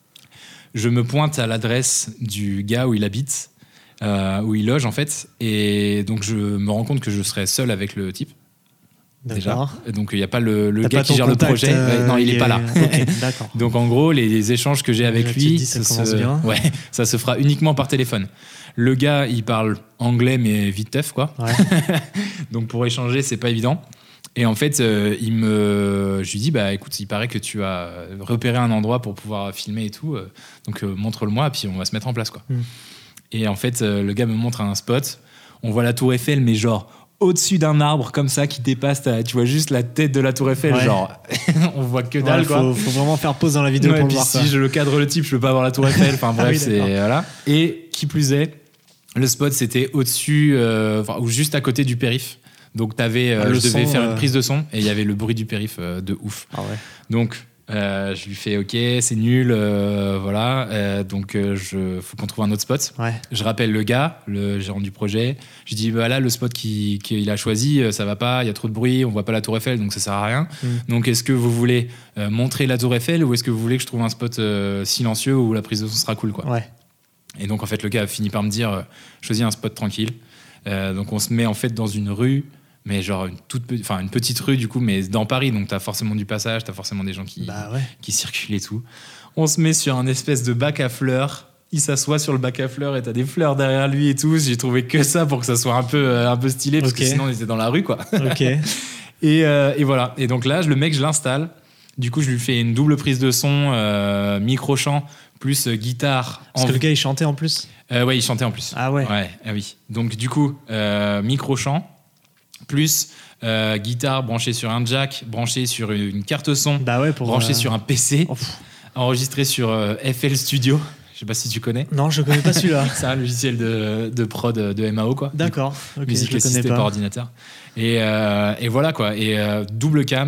Je me pointe à l'adresse du gars où il habite, euh, où il loge en fait, et donc je me rends compte que je serai seul avec le type. D'accord. Déjà. Donc il n'y a pas le, le T'as gars pas qui gère le projet. Euh, non, il n'est est... pas là. Okay, d'accord. Donc en gros, les, les échanges que j'ai avec là, lui, dis, ça, ça, se... bien. Ouais, ça se fera uniquement par téléphone. Le gars, il parle anglais, mais vite teuf, quoi. Ouais. Donc pour échanger, c'est pas évident. Et en fait, euh, il me, je lui dis, bah écoute, il paraît que tu as repéré un endroit pour pouvoir filmer et tout, euh, donc euh, montre-le-moi, puis on va se mettre en place, quoi. Mm. Et en fait, euh, le gars me montre un spot. On voit la Tour Eiffel, mais genre au-dessus d'un arbre comme ça qui dépasse, ta, tu vois juste la tête de la Tour Eiffel, ouais. genre on voit que dalle, ouais, quoi. Faut, faut vraiment faire pause dans la vidéo ouais, pour le voir. Si ça. je le cadre le type, je peux pas voir la Tour Eiffel. Enfin bref, ah oui, c'est voilà. Et qui plus est, le spot c'était au-dessus, euh, ou juste à côté du périph'. Donc t'avais, euh, le je devais son, faire euh... une prise de son et il y avait le bruit du périph' euh, de ouf. Ah ouais. Donc euh, je lui fais ok, c'est nul, euh, voilà. Euh, donc euh, je faut qu'on trouve un autre spot. Ouais. Je rappelle le gars, le gérant du projet. Je dis voilà, le spot qu'il, qu'il a choisi, ça va pas, il y a trop de bruit, on voit pas la Tour Eiffel, donc ça sert à rien. Mm. Donc est-ce que vous voulez euh, montrer la Tour Eiffel ou est-ce que vous voulez que je trouve un spot euh, silencieux où la prise de son sera cool, quoi. Ouais. Et donc en fait le gars a fini par me dire euh, choisis un spot tranquille. Euh, donc on se met en fait dans une rue. Mais genre une toute petite, enfin une petite rue du coup, mais dans Paris, donc t'as forcément du passage, t'as forcément des gens qui, bah ouais. qui circulent et tout. On se met sur un espèce de bac à fleurs. Il s'assoit sur le bac à fleurs et t'as des fleurs derrière lui et tout. J'ai trouvé que ça pour que ça soit un peu, euh, un peu stylé, parce okay. que sinon on était dans la rue, quoi. Ok. et, euh, et voilà. Et donc là, le mec, je l'installe. Du coup, je lui fais une double prise de son, euh, micro-chant, plus euh, guitare. Parce en... que le gars, il chantait en plus euh, Ouais, il chantait en plus. Ah ouais. Ouais, ah oui. Donc du coup, euh, micro-chant. Plus euh, guitare branchée sur un jack, branchée sur une carte son, bah ouais, pour branchée euh... sur un P C, oh. enregistrée sur euh, F L Studio. Je sais pas si tu connais. Non, je connais pas celui-là. C'est un logiciel de, de prod de M A O, quoi. D'accord. Okay, musique assistée par ordinateur. Et, euh, et voilà, quoi. Et euh, double cam,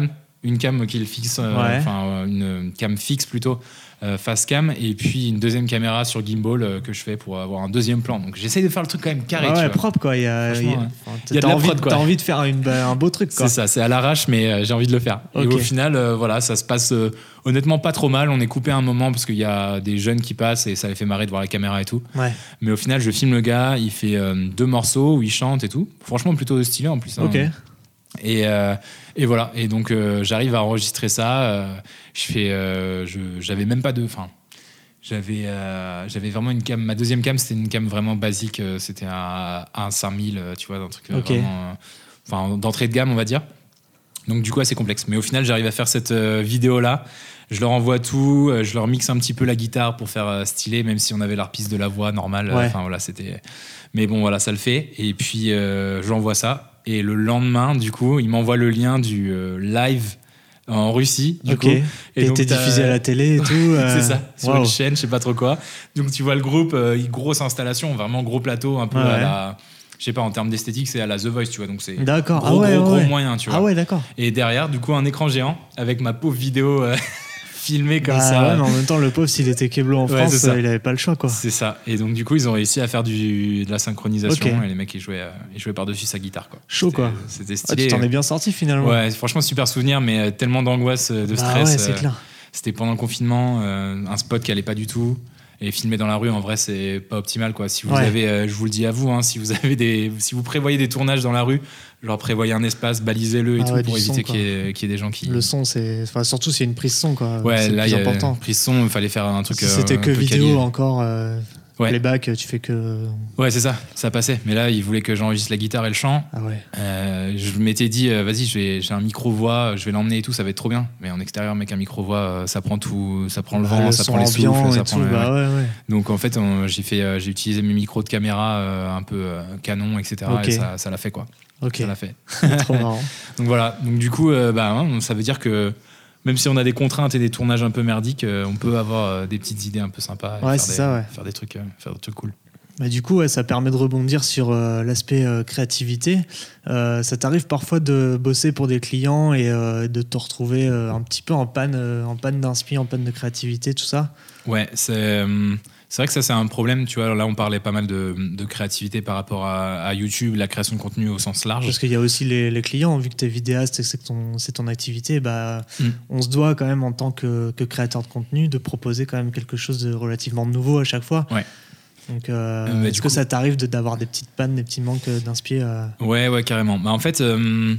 une cam qui le fixe, euh, Ouais. enfin une cam fixe plutôt, euh, face cam, et puis une deuxième caméra sur gimbal euh, que je fais pour avoir un deuxième plan. Donc j'essaye de faire le truc quand même carré. Ah tu ouais, vois. propre quoi. Il y a, Franchement, il y a- ouais. enfin, Il y a de t'as la envie, prod, quoi. t'as envie de faire une, bah, un beau truc quoi. C'est ça, c'est à l'arrache, mais euh, j'ai envie de le faire. Ok. Et au final, euh, voilà, ça se passe euh, honnêtement pas trop mal. On est coupé un moment parce qu'il y a des jeunes qui passent et ça les fait marrer de voir la caméra et tout. Ouais. Mais au final, je filme le gars, il fait euh, deux morceaux où il chante et tout. Franchement, plutôt stylé en plus. Hein. Ok. Et, euh, et voilà. Et donc, euh, j'arrive à enregistrer ça. Euh, je fais, euh, je, j'avais même pas de. Enfin, j'avais, euh, j'avais vraiment une cam. Ma deuxième cam, c'était une cam vraiment basique. euh, C'était un, un cinq mille, euh, tu vois, un truc euh, Ok. vraiment. euh, Enfin, d'entrée de gamme, on va dire. Donc, du coup, assez complexe. Mais au final, j'arrive à faire cette euh, vidéo-là. Je leur envoie tout. euh, je leur mixe un petit peu la guitare pour faire euh, stylé, même si on avait l'arpiste de la voix normale. Ouais. Enfin, voilà, c'était. Mais bon, voilà, ça le fait. Et puis, euh, j'envoie ça. Et le lendemain, du coup, il m'envoie le lien du euh, live en Russie. Du Ok. coup. Et donc, t'es t'as- diffusé à la télé et tout. euh, C'est ça, sur waouh. une chaîne, je sais pas trop quoi. Donc tu vois le groupe, euh, grosse installation, vraiment gros plateau, un peu Ouais. à la. Je sais pas, en termes d'esthétique, c'est à la The Voice, tu vois. Donc c'est D'accord. gros, ah ouais, gros, ouais, gros ouais. moyen, tu vois. Ah ouais, d'accord. Et derrière, du coup, un écran géant avec ma pauvre vidéo euh, filmée comme Bah ça. ouais, mais en même temps, le pauvre, s'il était Keblo en Ouais, France, c'est ça. euh, il avait pas le choix quoi. C'est ça. Et donc, du coup, ils ont réussi à faire du, de la synchronisation. Ok. Et les mecs, ils jouaient, euh, ils jouaient par-dessus sa guitare, quoi. Chaud, C'était- quoi. C'était Ah, stylé. tu t'en es bien sorti finalement. Ouais, franchement, super souvenir, mais euh, tellement d'angoisse, euh, de Bah stress. ouais, c'est euh, clair. C'était pendant le confinement, euh, un spot qui allait pas du tout. Et filmer dans la rue, en vrai, c'est pas optimal, quoi. Si vous Ouais. avez, euh, je vous le dis à vous, hein, si vous avez des, si vous prévoyez des tournages dans la rue, genre prévoyez un espace, balisez-le et Ah tout ouais, pour du son, éviter quoi. qu'il y, ait- qu'il y ait des gens qui. Le son, c'est. Enfin, surtout, c'est une prise son quoi. Ouais, c'est là, le il y plus a important. prise son, il fallait faire un truc. Si euh, c'était un que peu vidéo quali. encore, euh, Ouais. playback, tu fais que. Ouais, c'est ça, ça passait. Mais là, il voulait que j'enregistre la guitare et le chant. Ah ouais. Euh, je m'étais dit, euh, vas-y, je vais- j'ai un micro-voix, je vais l'emmener et tout, ça va être trop bien. Mais en extérieur, mec, un micro-voix, euh, ça prend tout, ça prend le Bah, vent, le ça son prend les ambiant souffles, et ça tout, prend le- bah ouais, ouais. Donc en fait, on- j'ai fait, euh, j'ai utilisé mes micros de caméra euh, un peu euh, canon, et cetera. Ok. Et ça, ça l'a fait quoi. Ok. Ça l'a fait. Trop marrant. Donc voilà. Donc du coup, euh, bah, hein, ça veut dire que même si on a des contraintes et des tournages un peu merdiques, euh, on peut avoir euh, des petites idées un peu sympas. et Ouais, faire c'est des, ça, ouais. Faire des trucs, euh, faire des trucs cool. Bah, du coup, ouais, ça permet de rebondir sur euh, l'aspect euh, créativité. Euh, ça t'arrive parfois de bosser pour des clients et euh, de te retrouver euh, un petit peu en panne, euh, en panne d'inspi, en panne de créativité, tout ça. Ouais, c'est euh, c'est vrai que ça c'est un problème. Tu vois, là on parlait pas mal de, de créativité par rapport à, à YouTube, la création de contenu au sens large. Parce qu'il y a aussi les, les clients, vu que tu es vidéaste et que c'est ton, c'est ton activité, bah, Mm. on se doit quand même en tant que, que créateur de contenu de proposer quand même quelque chose de relativement nouveau à chaque fois. Ouais. Donc, euh, Euh, bah, est-ce du que coup- ça t'arrive de, d'avoir des petites pannes, des petits manques d'inspi euh, Ouais, ouais, carrément. Bah, en fait, euh,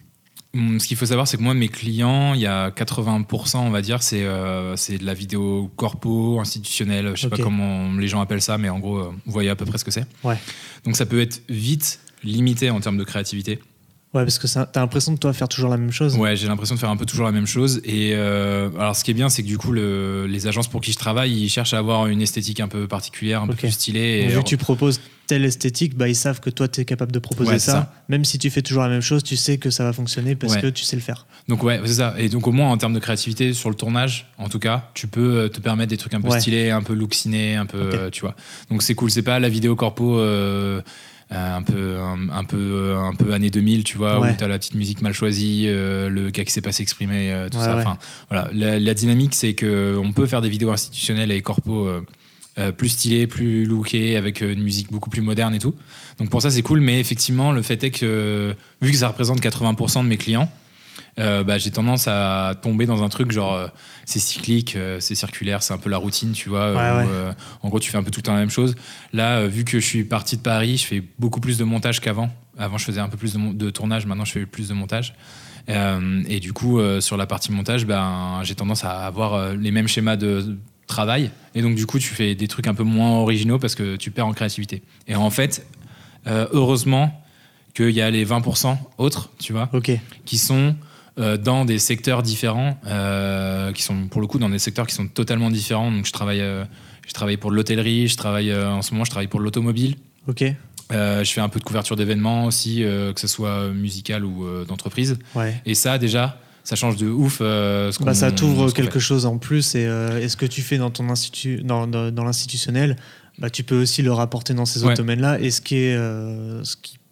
hum, ce qu'il faut savoir, c'est que moi, mes clients, il y a quatre-vingts pour cent, on va dire, c'est euh, c'est de la vidéo corpo, institutionnelle. Je sais Ok. pas comment les gens appellent ça, mais en gros, euh, vous voyez à peu près ce que c'est. Ouais. Donc ça peut être vite limité en termes de créativité. Ouais, parce que ça- t'as l'impression de toi faire toujours la même chose. Ouais, j'ai l'impression de faire un peu toujours la même chose. Et euh, alors, ce qui est bien, c'est que du coup, le- les agences pour qui je travaille, ils cherchent à avoir une esthétique un peu particulière, un Ok. peu plus stylée. Donc, Et vu que tu proposes telle esthétique, bah, ils savent que toi, tu es capable de proposer Ouais, ça. c'est ça. Même si tu fais toujours la même chose, tu sais que ça va fonctionner parce Ouais. que tu sais le faire. Donc ouais, c'est ça. Et donc au moins en termes de créativité sur le tournage, en tout cas, tu peux euh, te permettre des trucs un peu Ouais. stylés, un peu look ciné, un peu, Ok. euh, tu vois. Donc c'est cool. C'est pas la vidéo corpo euh, euh, un peu un, un peu euh, un peu années deux mille, tu vois, Ouais. où t'as la petite musique mal choisie, euh, le gars qui sait pas s'exprimer, euh, tout Ouais, ça. ouais. Enfin voilà, la, la dynamique c'est que on peut faire des vidéos institutionnelles et corpo. Euh, euh, plus stylé, plus looké, avec euh, une musique beaucoup plus moderne et tout. Donc pour ça c'est cool, mais effectivement le fait est que euh, vu que ça représente quatre-vingts pour cent de mes clients, euh, bah, j'ai tendance à tomber dans un truc genre euh, c'est cyclique, euh, c'est circulaire, c'est un peu la routine, tu vois. Ouais, où, ouais. euh, en gros tu fais un peu tout le temps la même chose. Là, euh, vu que je suis parti de Paris, je fais beaucoup plus de montage qu'avant. Avant je faisais un peu plus de, mon- de tournage, maintenant je fais plus de montage. Euh, et du coup euh, sur la partie montage, ben, j'ai tendance à avoir euh, les mêmes schémas de travail, et donc du coup tu fais des trucs un peu moins originaux parce que tu perds en créativité. Et en fait euh, heureusement qu'il y a les vingt pour cent autres, tu vois, Ok. qui sont euh, dans des secteurs différents, euh, qui sont pour le coup dans des secteurs qui sont totalement différents. Donc je travaille, euh, je travaille pour de l'hôtellerie, je travaille euh, en ce moment je travaille pour de l'automobile. Ok. Euh, je fais un peu de couverture d'événements aussi, euh, que ce soit musical ou euh, d'entreprise. Ouais. Et ça déjà ça change de ouf. Euh, ce qu'on- Bah, ça t'ouvre ce qu'on quelque fait. chose en plus. Et, euh, et ce que tu fais dans ton institut, dans, dans, dans l'institutionnel, bah, tu peux aussi le rapporter dans ces autres Ouais. domaines-là. Et ce qui est, euh, ce qui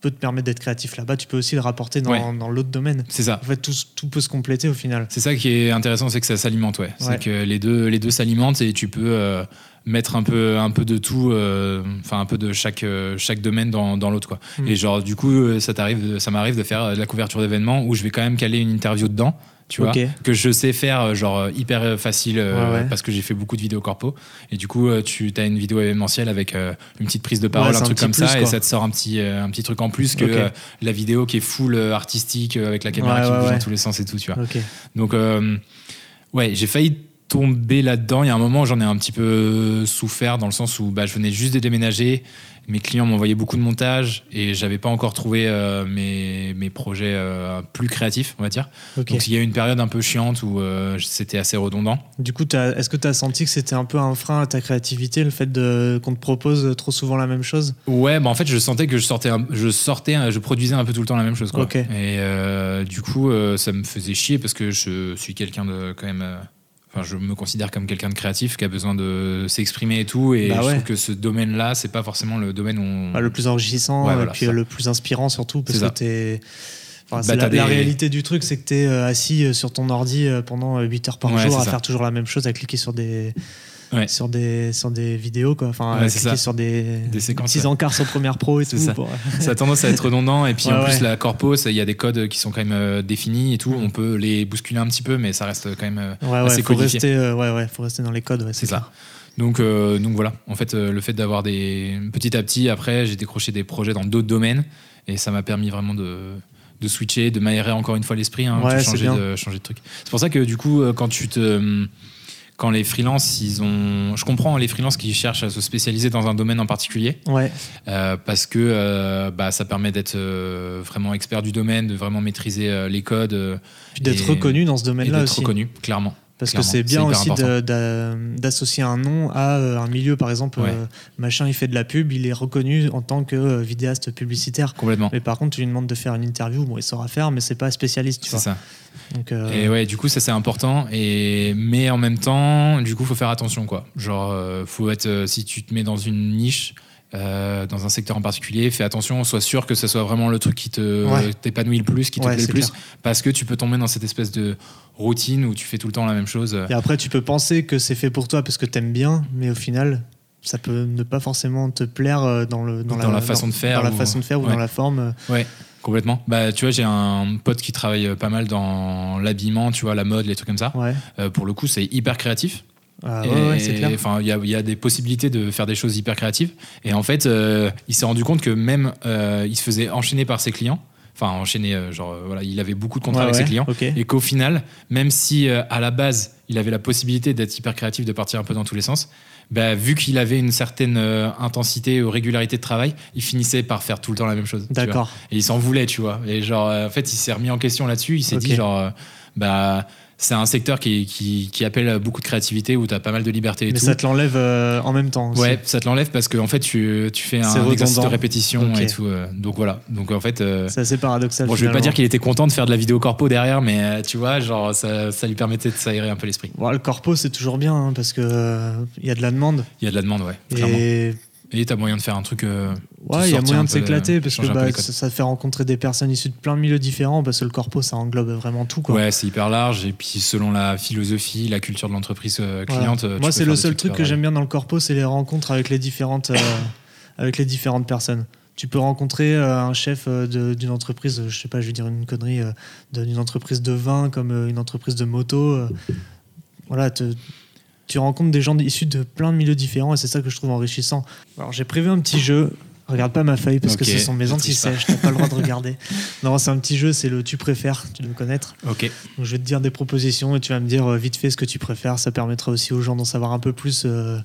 peut te permettre d'être créatif là-bas, tu peux aussi le rapporter dans, ouais. dans l'autre domaine. C'est ça. En fait, tout, tout peut se compléter au final. C'est ça qui est intéressant, c'est que ça s'alimente, ouais. ouais. C'est que les deux, les deux s'alimentent et tu peux euh, mettre un peu, un peu de tout, enfin euh, un peu de chaque, euh, chaque domaine dans, dans l'autre, quoi. Mm. Et genre, du coup, ça t'arrive, ça m'arrive de faire de la couverture d'événements où je vais quand même caler une interview dedans. Tu vois, okay. que je sais faire genre hyper facile euh, ouais, ouais. parce que j'ai fait beaucoup de vidéos corpo et du coup tu as une vidéo événementielle avec euh, une petite prise de parole, ouais, un truc un comme plus, ça quoi. Et ça te sort un petit, euh, un petit truc en plus que okay. euh, la vidéo qui est full euh, artistique euh, avec la caméra ouais, qui ouais, bouge ouais. dans tous les sens et tout, tu vois. Okay. Donc euh, ouais, j'ai failli tomber là-dedans. Il y a un moment où j'en ai un petit peu souffert dans le sens où bah, je venais juste de déménager. Mes clients m'envoyaient beaucoup de montage et j'avais pas encore trouvé euh, mes, mes projets euh, plus créatifs, on va dire. Okay. Donc il y a eu une période un peu chiante où euh, c'était assez redondant. Du coup, est-ce que tu as senti que c'était un peu un frein à ta créativité, le fait de, qu'on te propose trop souvent la même chose ? Ouais, bah en fait, je sentais que je sortais, un, je sortais, je produisais un peu tout le temps la même chose, quoi. Okay. Et euh, du coup, euh, ça me faisait chier parce que je suis quelqu'un de quand même. Euh, Enfin, je me considère comme quelqu'un de créatif qui a besoin de s'exprimer et tout, et bah je ouais. trouve que ce domaine-là, c'est pas forcément le domaine où on... bah, le plus enrichissant, ouais, voilà, et puis ça. Le plus inspirant surtout, parce c'est que t'es... Enfin, bah, c'est la, des... la réalité du truc, c'est que t'es assis sur ton ordi pendant huit heures par ouais, jour à ça. Faire toujours la même chose, à cliquer sur des... Ouais. Sur, des, sur des vidéos, quoi. Enfin, ouais, cliquer sur des, des séquences, petits ouais. encarts sur Premiere Pro et tout. Ça. Pour... ça a tendance à être redondant. Et puis ouais, en plus, ouais. la corpo, il y a des codes qui sont quand même euh, définis et tout. On peut les bousculer un petit peu, mais ça reste quand même euh, ouais, assez ouais, faut codifié. Rester, euh, ouais, ouais, faut rester dans les codes. Ouais, c'est, c'est ça. Donc, euh, donc voilà. En fait, euh, le fait d'avoir des. Petit à petit, après, j'ai décroché des projets dans d'autres domaines et ça m'a permis vraiment de. de switcher, de m'aérer encore une fois l'esprit, hein, ouais, de changer de, changer de truc. C'est pour ça que du coup, quand tu te. Quand les freelances, ils ont, je comprends les freelances qui cherchent à se spécialiser dans un domaine en particulier, ouais. euh, parce que euh, bah, ça permet d'être euh, vraiment expert du domaine, de vraiment maîtriser euh, les codes, euh, puis d'être et, reconnu dans ce domaine-là et d'être aussi. reconnu, clairement. Parce clairement. que c'est bien c'est aussi de, de, d'associer un nom à un milieu, par exemple, ouais. euh, machin, il fait de la pub, il est reconnu en tant que vidéaste publicitaire. Complètement. Mais par contre, tu lui demandes de faire une interview, bon, il saura faire, mais c'est pas spécialiste, tu c'est vois. ça. Donc, euh... Et ouais, du coup, ça c'est important. Et mais en même temps, du coup, faut faire attention, quoi. Genre, euh, faut être, euh, si tu te mets dans une niche. Euh, dans un secteur en particulier, fais attention, sois sûr que ce soit vraiment le truc qui te ouais. t'épanouit le plus, qui te ouais, plaît le plus, clair. Parce que tu peux tomber dans cette espèce de routine où tu fais tout le temps la même chose. Et après, tu peux penser que c'est fait pour toi parce que t'aimes bien, mais au final, ça peut ne pas forcément te plaire dans, le, dans, dans la, la façon dans, de faire, dans la ou... façon de faire ou ouais. dans la forme. Ouais. Complètement. Bah, tu vois, j'ai un pote qui travaille pas mal dans l'habillement, tu vois, la mode, les trucs comme ça. Ouais. Euh, pour le coup, c'est hyper créatif. Ah, ouais, ouais, c'est clair. Enfin, il y a, y a des possibilités de faire des choses hyper créatives. Et en fait, euh, il s'est rendu compte que même euh, il se faisait enchaîner par ses clients. Enfin, enchaîner, euh, genre, euh, voilà, il avait beaucoup de contrats ouais, avec ouais, ses clients. Okay. Et qu'au final, même si euh, à la base, il avait la possibilité d'être hyper créatif, de partir un peu dans tous les sens, bah, vu qu'il avait une certaine euh, intensité ou régularité de travail, il finissait par faire tout le temps la même chose. D'accord. Tu vois. Et il s'en voulait, tu vois. Et genre, euh, en fait, il s'est remis en question là-dessus. Il s'est okay. dit, genre, euh, bah. C'est un secteur qui, qui, qui appelle beaucoup de créativité, où tu as pas mal de liberté et mais tout. Mais ça te l'enlève euh, en même temps aussi. Ouais, ça te l'enlève parce que en fait, tu, tu fais un exercice de répétition okay. et tout. Euh, donc voilà. Donc en fait, euh, c'est assez paradoxal. Bon, je vais pas dire qu'il était content de faire de la vidéo corpo derrière, mais euh, tu vois, genre ça, ça lui permettait de s'aérer un peu l'esprit. Bon, le corpo, c'est toujours bien hein, parce que il euh, y a de la demande. Il y a de la demande, ouais. Et... Clairement. Et t'as moyen de faire un truc. Euh, ouais, il y a moyen de s'éclater parce que bah, ça, ça te fait rencontrer des personnes issues de plein de milieux différents parce que le corpo, ça englobe vraiment tout, quoi. Ouais, c'est hyper large. Et puis, selon la philosophie, la culture de l'entreprise euh, cliente. Voilà. Moi, c'est le seul truc que j'aime bien dans le corpo, c'est les rencontres avec les différentes, euh, avec les différentes personnes. Tu peux rencontrer euh, un chef euh, de, d'une entreprise, je sais pas, je vais dire une connerie, euh, d'une entreprise de vin comme euh, une entreprise de moto. Euh, voilà, te. Tu rencontres des gens issus de plein de milieux différents et c'est ça que je trouve enrichissant. Alors j'ai prévu un petit jeu. Regarde pas ma feuille parce okay, que ce sont mes anti-sèches. T'as pas le droit de regarder. Non, c'est un petit jeu, c'est le tu préfères. Tu dois le connaître. Ok. Donc je vais te dire des propositions et tu vas me dire vite fait ce que tu préfères. Ça permettra aussi aux gens d'en savoir un peu plus, euh,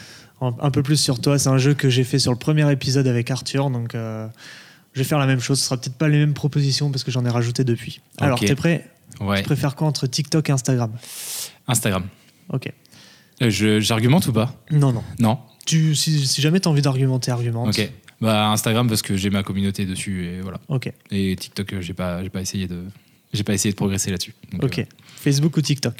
un peu plus sur toi. C'est un jeu que j'ai fait sur le premier épisode avec Arthur. Donc euh, je vais faire la même chose. Ce sera peut-être pas les mêmes propositions parce que j'en ai rajouté depuis. Alors okay. T'es prêt ? Ouais. Tu préfères quoi entre TikTok et Instagram ? Instagram. Ok. Je, j'argumente ou pas ? Non, non. Non. Tu, si, si jamais tu as envie d'argumenter, argumente. Ok. Bah, Instagram parce que j'ai ma communauté dessus et voilà. Ok. Et TikTok, j'ai pas, j'ai pas essayé de, j'ai pas essayé de progresser là-dessus. Donc, ok. Euh... Facebook ou TikTok ?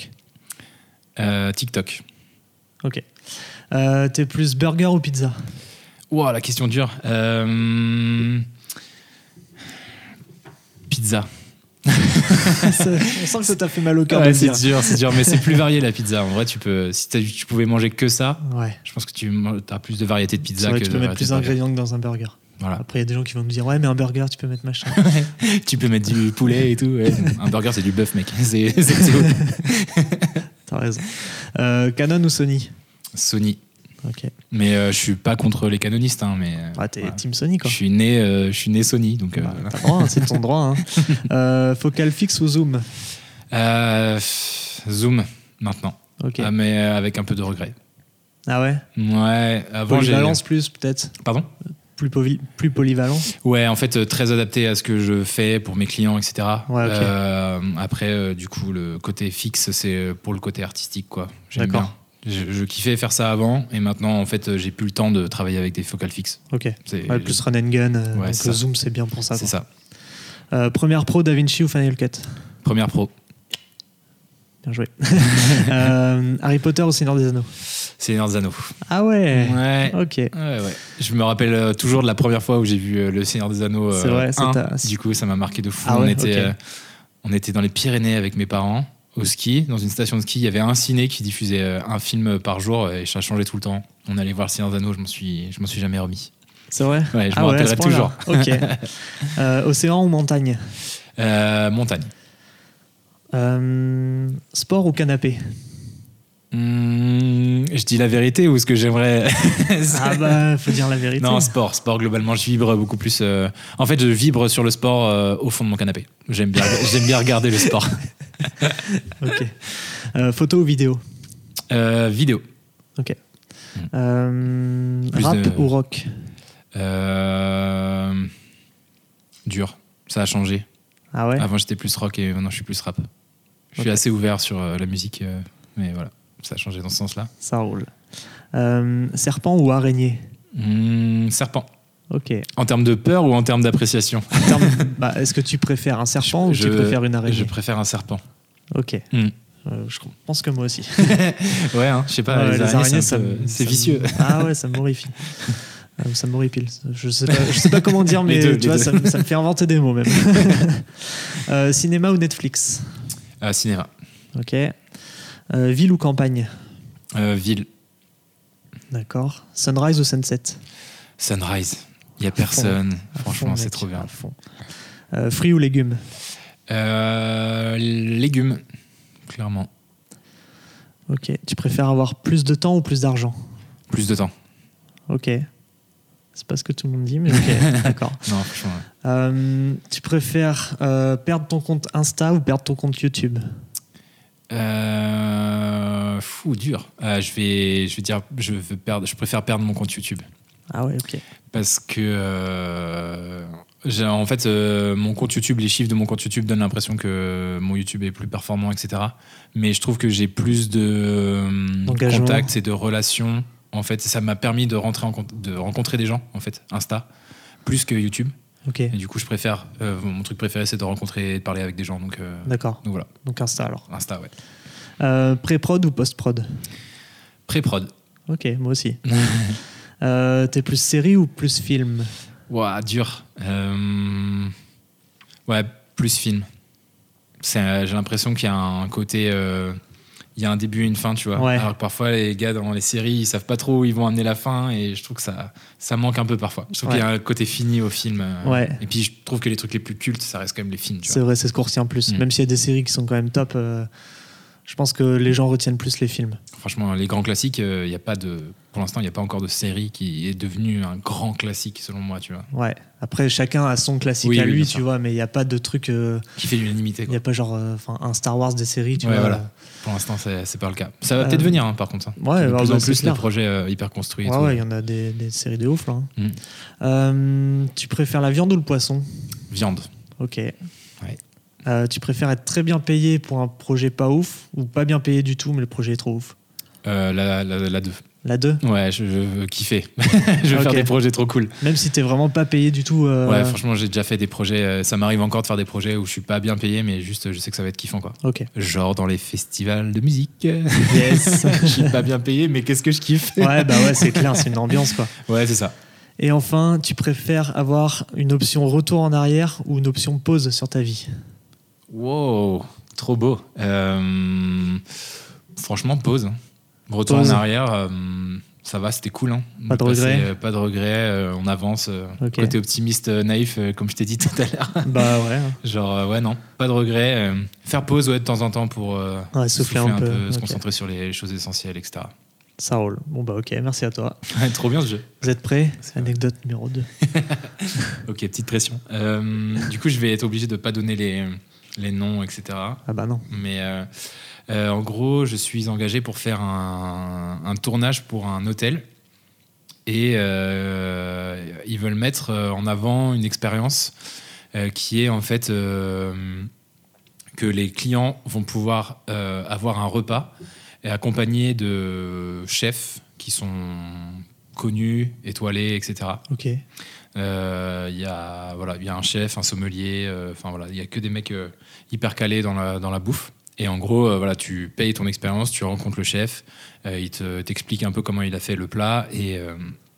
euh, TikTok. Ok. Euh, t'es plus burger ou pizza ? Ouah, la question dure. Euh... pizza. On sent que ça t'a fait mal au cœur. Ouais, de c'est dire. dur, c'est dur, mais c'est plus varié la pizza. En vrai, tu peux, si tu pouvais manger que ça, ouais. je pense que tu as plus de variété de pizza. C'est vrai, que tu peux de mettre plus d'ingrédients que dans un burger. Voilà. Après, il y a des gens qui vont nous dire ouais, mais un burger, tu peux mettre machin. Tu peux mettre du poulet et tout. Ouais. Un burger, c'est du bœuf, mec. C'est, c'est tout. T'as raison. Euh, Canon ou Sony? Sony. Ok. Mais euh, je suis pas contre les canonistes, hein, mais. Ouais, t'es voilà. team Sony, quoi. Je suis né, euh, je suis né Sony, donc. Euh, bah, t'as droit, hein, c'est ton droit. Hein. euh, focal fixe ou zoom? euh, Zoom maintenant. Ok. Ah, mais avec un peu de regret. Ah ouais. Ouais. Avant, polyvalence j'ai... plus peut-être. Pardon. Plus, poly... plus polyvalent. Ouais, en fait, euh, très adapté à ce que je fais pour mes clients, et cetera. Ouais, okay. euh, après, euh, du coup, le côté fixe, c'est pour le côté artistique, quoi. J'aime D'accord. bien. Je, je kiffais faire ça avant, et maintenant, en fait, j'ai plus le temps de travailler avec des focales fixes. Ok. C'est, ouais, plus run and gun. Euh, ouais, donc c'est le ça. zoom, c'est bien pour ça. C'est quoi. ça. Euh, première pro, DaVinci ou Final Cut? Première pro. Bien joué. euh, Harry Potter ou Seigneur des Anneaux? Seigneur des Anneaux. Ah ouais. Ouais. Ok. Ouais, ouais. Je me rappelle toujours de la première fois où j'ai vu euh, le Seigneur des Anneaux. Euh, c'est vrai. C'est un. ta... Du coup, ça m'a marqué de fou. Ah on ouais, était, okay. euh, on était dans les Pyrénées avec mes parents. Au ski, dans une station de ski, il y avait un ciné qui diffusait un film par jour et ça changeait tout le temps. On allait voir le Seigneur des Anneaux, je m'en suis, je m'en suis jamais remis. C'est vrai. Ouais, je ah me ouais, rappellerai toujours. Ok. euh, océan ou montagne? euh, Montagne. Euh, sport ou canapé? Mmh, je dis la vérité ou ce que j'aimerais. Ah bah, faut dire la vérité. Non, sport, sport globalement, je vibre beaucoup plus. Euh... En fait, je vibre sur le sport euh, au fond de mon canapé. J'aime bien, j'aime bien regarder le sport. Ok. Euh, photo ou vidéo? euh, Vidéo. Ok. Mmh. Euh, rap de... ou rock? euh... Dur. Ça a changé. Ah ouais. Avant, j'étais plus rock et maintenant, je suis plus rap. Je suis okay. assez ouvert sur euh, la musique, euh, mais voilà. Ça a changé dans ce sens-là. Ça roule. Euh, serpent ou araignée? mmh, Serpent. Ok. En termes de peur ou en termes d'appréciation? En termes, bah, est-ce que tu préfères un serpent je, ou tu préfères une araignée? Je préfère un serpent. Ok. Mmh. Euh, je pense que moi aussi. Ouais, hein, je sais pas. Ouais, les, les araignées, araignées, c'est, peu, ça, c'est ça vicieux. Ah ouais, ça m'horrifie. Ça m'horripile. Je sais pas, je sais pas comment dire, mais deux, tu vois, ça, ça me fait inventer des mots même. euh, cinéma ou Netflix? euh, Cinéma. Ok. Euh, ville ou campagne? euh, Ville. D'accord. Sunrise ou sunset? Sunrise. Il n'y a personne. À Franchement, fond, c'est mec, trop bien. Euh, fruits ou légumes? euh, Légumes, clairement. Ok. Tu préfères avoir plus de temps ou plus d'argent? Plus de temps. Ok. C'est pas ce que tout le monde dit, mais ok. D'accord. Non, franchement. Ouais. Euh, tu préfères euh, perdre ton compte Insta ou perdre ton compte YouTube? Euh, fou, dur. Euh, je vais, je vais dire, je veux perdre, je préfère perdre mon compte YouTube. Ah ouais, ok. Parce que, euh, j'ai, en fait, euh, mon compte YouTube, les chiffres de mon compte YouTube donnent l'impression que mon YouTube est plus performant, et cetera. Mais je trouve que j'ai plus de D'engagement. contacts et de relations. En fait, ça m'a permis de rentrer en de rencontrer des gens, en fait, Insta, plus que YouTube. Ok. Et du coup, je préfère. Euh, mon truc préféré, c'est de rencontrer et de parler avec des gens. Donc, euh, D'accord. Donc voilà. Donc Insta alors. Insta, ouais. Euh, pré-prod ou post-prod? Pré-prod. Ok, moi aussi. euh, t'es plus série ou plus film? Ouah, dur. Euh... Ouais, plus film. C'est, j'ai l'impression qu'il y a un côté. Euh... Il y a un début et une fin, tu vois. Ouais. Alors que parfois, les gars dans les séries, ils savent pas trop où ils vont amener la fin et je trouve que ça, ça manque un peu parfois. Je trouve ouais. qu'il y a un côté fini au film. Ouais. Et puis, je trouve que les trucs les plus cultes, ça reste quand même les films. Tu c'est vois. vrai, c'est ce qu'on retient plus. Mm. Même s'il y a des séries qui sont quand même top, euh, je pense que les gens retiennent plus les films. Franchement, les grands classiques, euh, y a pas de, pour l'instant, il n'y a pas encore de série qui est devenue un grand classique, selon moi, tu vois. Ouais. Après, chacun a son classique oui, à oui, lui, tu vois, mais il n'y a pas de truc... Euh, qui fait l'unanimité. Il n'y a pas genre euh, un Star Wars des séries, tu ouais, vois. Voilà. Pour l'instant, c'est, c'est pas le cas. Ça va euh, peut-être venir, hein, par contre. Ça. Ouais, de bah, plus bah, en plus, clair. les projets euh, hyper construits. Ouais, et tout. ouais, il y en a des, des séries de ouf, là. Hein. Mm. Euh, tu préfères la viande ou le poisson? Viande. Ok. Ouais. Euh, tu préfères être très bien payé pour un projet pas ouf ou pas bien payé du tout, mais le projet est trop ouf? euh, La, la, la deux. La deux? Ouais, je, je veux kiffer. Je veux okay. faire des projets trop cool. Même si t'es vraiment pas payé du tout euh... Ouais, franchement, j'ai déjà fait des projets. Ça m'arrive encore de faire des projets où je suis pas bien payé, mais juste je sais que ça va être kiffant, quoi. Ok. Genre dans les festivals de musique. Yes. Je suis pas bien payé, mais qu'est-ce que je kiffe. Ouais, bah ouais, c'est clair, c'est une ambiance, quoi. Ouais, c'est ça. Et enfin, tu préfères avoir une option retour en arrière ou une option pause sur ta vie? Wow, trop beau. Euh, franchement, pause. Retour Pause. en arrière, euh, ça va, c'était cool. Hein. Pas de passer, regret. euh, Pas de regret, euh, on avance. Euh, Ok. Côté optimiste, euh, naïf, euh, comme je t'ai dit tout à l'heure. Bah ouais. Genre, euh, ouais, non, pas de regret. euh, faire pause, ouais, de temps en temps pour euh, Ouais, souffler un peu, se ok. concentrer sur les choses essentielles, et cetera. Ça roule. Bon bah ok, merci à toi. Ouais, trop bien ce jeu. Vous êtes prêts? Anecdote numéro deux. Ok, petite pression. Euh, du coup, je vais être obligé de pas donner les, les noms, et cetera. Ah bah non. Mais euh, euh, en gros, je suis engagé pour faire un, un tournage pour un hôtel. Et euh, ils veulent mettre en avant une expérience euh, qui est en fait euh, que les clients vont pouvoir euh, avoir un repas et accompagné de chefs qui sont connus, étoilés, et cetera. Ok. Il euh, y a voilà, il y a un chef, un sommelier. Enfin euh, voilà, il y a que des mecs euh, hyper calés dans la dans la bouffe. Et en gros, euh, voilà, tu payes ton expérience, tu rencontres le chef, euh, il te, t'explique un peu comment il a fait le plat et euh,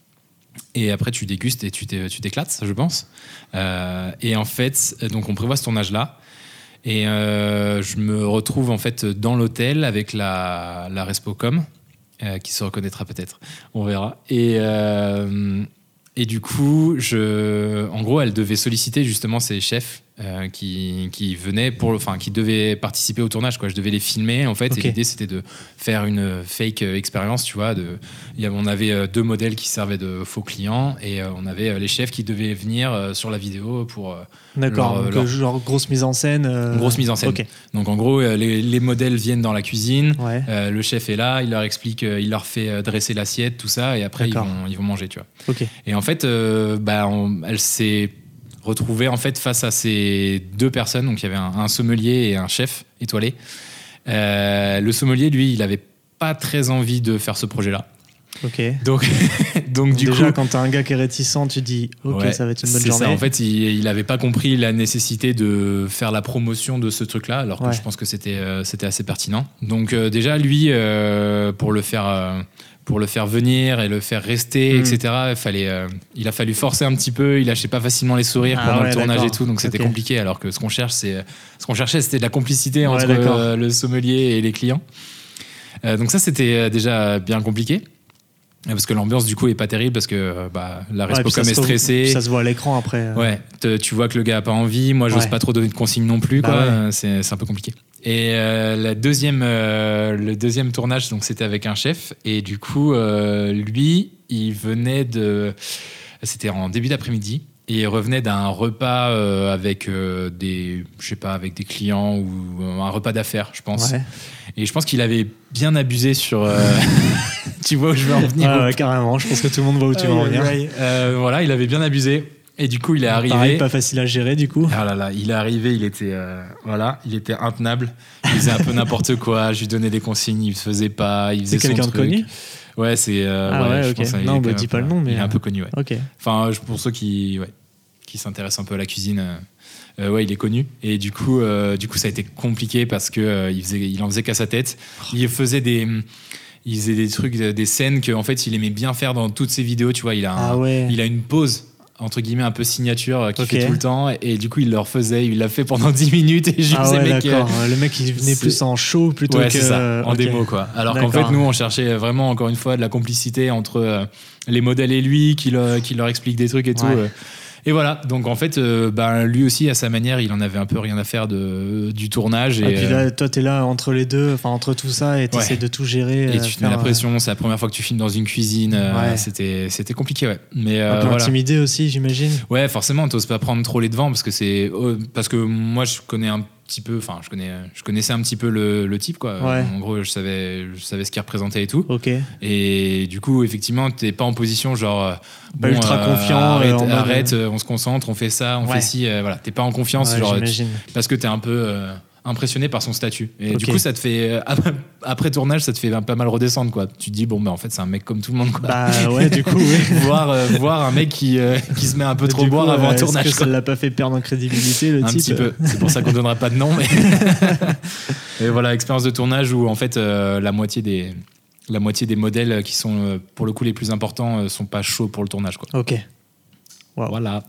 et après tu dégustes et tu t'éclates, je pense. Euh, et en fait, donc on prévoit ce tournage-là. Et euh, je me retrouve en fait dans l'hôtel avec la, la Respocom, euh, qui se reconnaîtra peut-être, on verra. Et, euh, et du coup, je, en gros, elle devait solliciter justement ces chefs euh, qui, qui venaient pour, enfin, qui devaient participer au tournage, quoi. Je devais les filmer en fait. Okay. Et l'idée c'était de faire une fake expérience, tu vois. De, y avait, on avait deux modèles qui servaient de faux clients et euh, on avait les chefs qui devaient venir euh, sur la vidéo pour. Euh, D'accord, leur, donc leur... genre grosse mise en scène. Euh... Grosse mise en scène. Okay. Donc en gros, les, les modèles viennent dans la cuisine, ouais. euh, le chef est là, il leur explique, il leur fait dresser l'assiette, tout ça, et après ils vont, ils vont manger, tu vois. Okay. Et en fait, euh, bah, on, elle s'est retrouvée en fait face à ces deux personnes. Donc il y avait un, un sommelier et un chef étoilé. Euh, le sommelier, lui, il avait pas très envie de faire ce projet-là. Ok. Donc, donc du déjà, coup, quand t'as un gars qui est réticent, tu dis ok, ouais, ça va être une bonne c'est journée. Ça. En fait, il, il avait pas compris la nécessité de faire la promotion de ce truc-là, alors que ouais. je pense que c'était euh, c'était assez pertinent. Donc euh, déjà, lui, euh, pour le faire. Euh, pour le faire venir et le faire rester, mmh. et cetera. Il fallait, euh, il a fallu forcer un petit peu. Il lâchait pas facilement les sourires ah, pendant ouais, le tournage d'accord. et tout, donc c'était okay. compliqué. Alors que ce qu'on cherche, c'est ce qu'on cherchait, c'était de la complicité ouais, entre euh, le sommelier et les clients. Euh, donc ça, c'était déjà bien compliqué. Parce que l'ambiance du coup est pas terrible parce que bah, la Respocom ouais, est stressée. Ça se voit à l'écran après. Euh... Ouais, te, tu vois que le gars a pas envie. Moi, j'ose ouais. pas trop donner de consignes non plus. Bah quoi. Ouais. C'est, c'est un peu compliqué. Et euh, la deuxième, euh, le deuxième tournage, donc c'était avec un chef. Et du coup, euh, lui, il venait de. C'était en début d'après-midi. Et il revenait d'un repas euh, avec euh, des, je sais pas, avec des clients ou un repas d'affaires, je pense. Ouais. Et je pense qu'il avait bien abusé sur. Euh... tu vois où je veux en venir? Ah ouais, carrément. Je pense que tout le monde voit où tu veux en venir. Euh, voilà, il avait bien abusé. Et du coup, il est arrivé. Pareil, pas facile à gérer, du coup. Ah là là, il est arrivé, il était, euh, voilà, il était intenable. Il faisait un peu n'importe quoi. Je lui donnais des consignes, il ne faisait pas. Il faisait c'est quelqu'un son de truc. connu? Ouais, c'est. Euh, ah ouais, ouais, je ok. pense non, bah dis pas peu, le nom, mais. Il est un peu connu, ouais. Ok. Enfin, pour ceux qui, ouais, qui s'intéressent un peu à la cuisine. Euh, ouais, il est connu et du coup, euh, du coup, ça a été compliqué parce que euh, il faisait, il en faisait qu'à sa tête. Il faisait des, il faisait des trucs, des scènes que en fait, il aimait bien faire dans toutes ses vidéos. Tu vois, il a, un, ah ouais. il a une pause entre guillemets un peu signature qu'il okay. fait tout le temps et, et du coup, il le refaisait. Il l'a fait pendant dix minutes et je ah disais, ouais, mec, d'accord. Euh, le mec, il venait c'est... plus en show plutôt ouais, que c'est ça, en okay. démo quoi. Alors d'accord. qu'en fait, nous, on cherchait vraiment encore une fois de la complicité entre euh, les modèles et lui, qui, le, qui leur explique des trucs et tout. Ouais. Euh, Et voilà, donc en fait, euh, bah, lui aussi, à sa manière, il en avait un peu rien à faire de, du tournage. Et, et puis là, toi, t'es là entre les deux, enfin entre tout ça, et t'essaies ouais. de tout gérer. Et tu te mets la pression, c'est la première fois que tu filmes dans une cuisine, ouais. euh, c'était, c'était compliqué, ouais. Mais, un euh, peu voilà. intimidé aussi, j'imagine. Ouais, forcément, t'oses pas prendre trop les devants, parce que, c'est, oh, parce que moi, je connais un petit peu, enfin, je, connais, je connaissais un petit peu le, le type, quoi. Ouais. En gros, je savais, je savais ce qu'il représentait et tout. Ok. Et du coup, effectivement, t'es pas en position, genre. Pas bon, ultra euh, confiant. Arrête, euh, arrête euh, on se concentre, on fait ça, on ouais. fait ci. Euh, voilà, t'es pas en confiance, ouais, genre, tu, parce que t'es un peu euh, impressionné par son statut. Et okay. du coup, ça te fait euh, après tournage, ça te fait pas mal redescendre, quoi. Tu te dis bon, bah en fait, c'est un mec comme tout le monde, quoi. Bah ouais, du coup, ouais. voir euh, voir un mec qui euh, qui se met un peu trop boire coup, avant euh, un tournage. Est-ce que quoi. ça l'a pas fait perdre en crédibilité, le un type. Un petit peu. C'est pour ça qu'on donnera pas de nom, mais et voilà, expérience de tournage où en fait euh, la moitié des la moitié des modèles qui sont euh, pour le coup les plus importants euh, sont pas chauds pour le tournage, quoi. Ok. Wow. Voilà.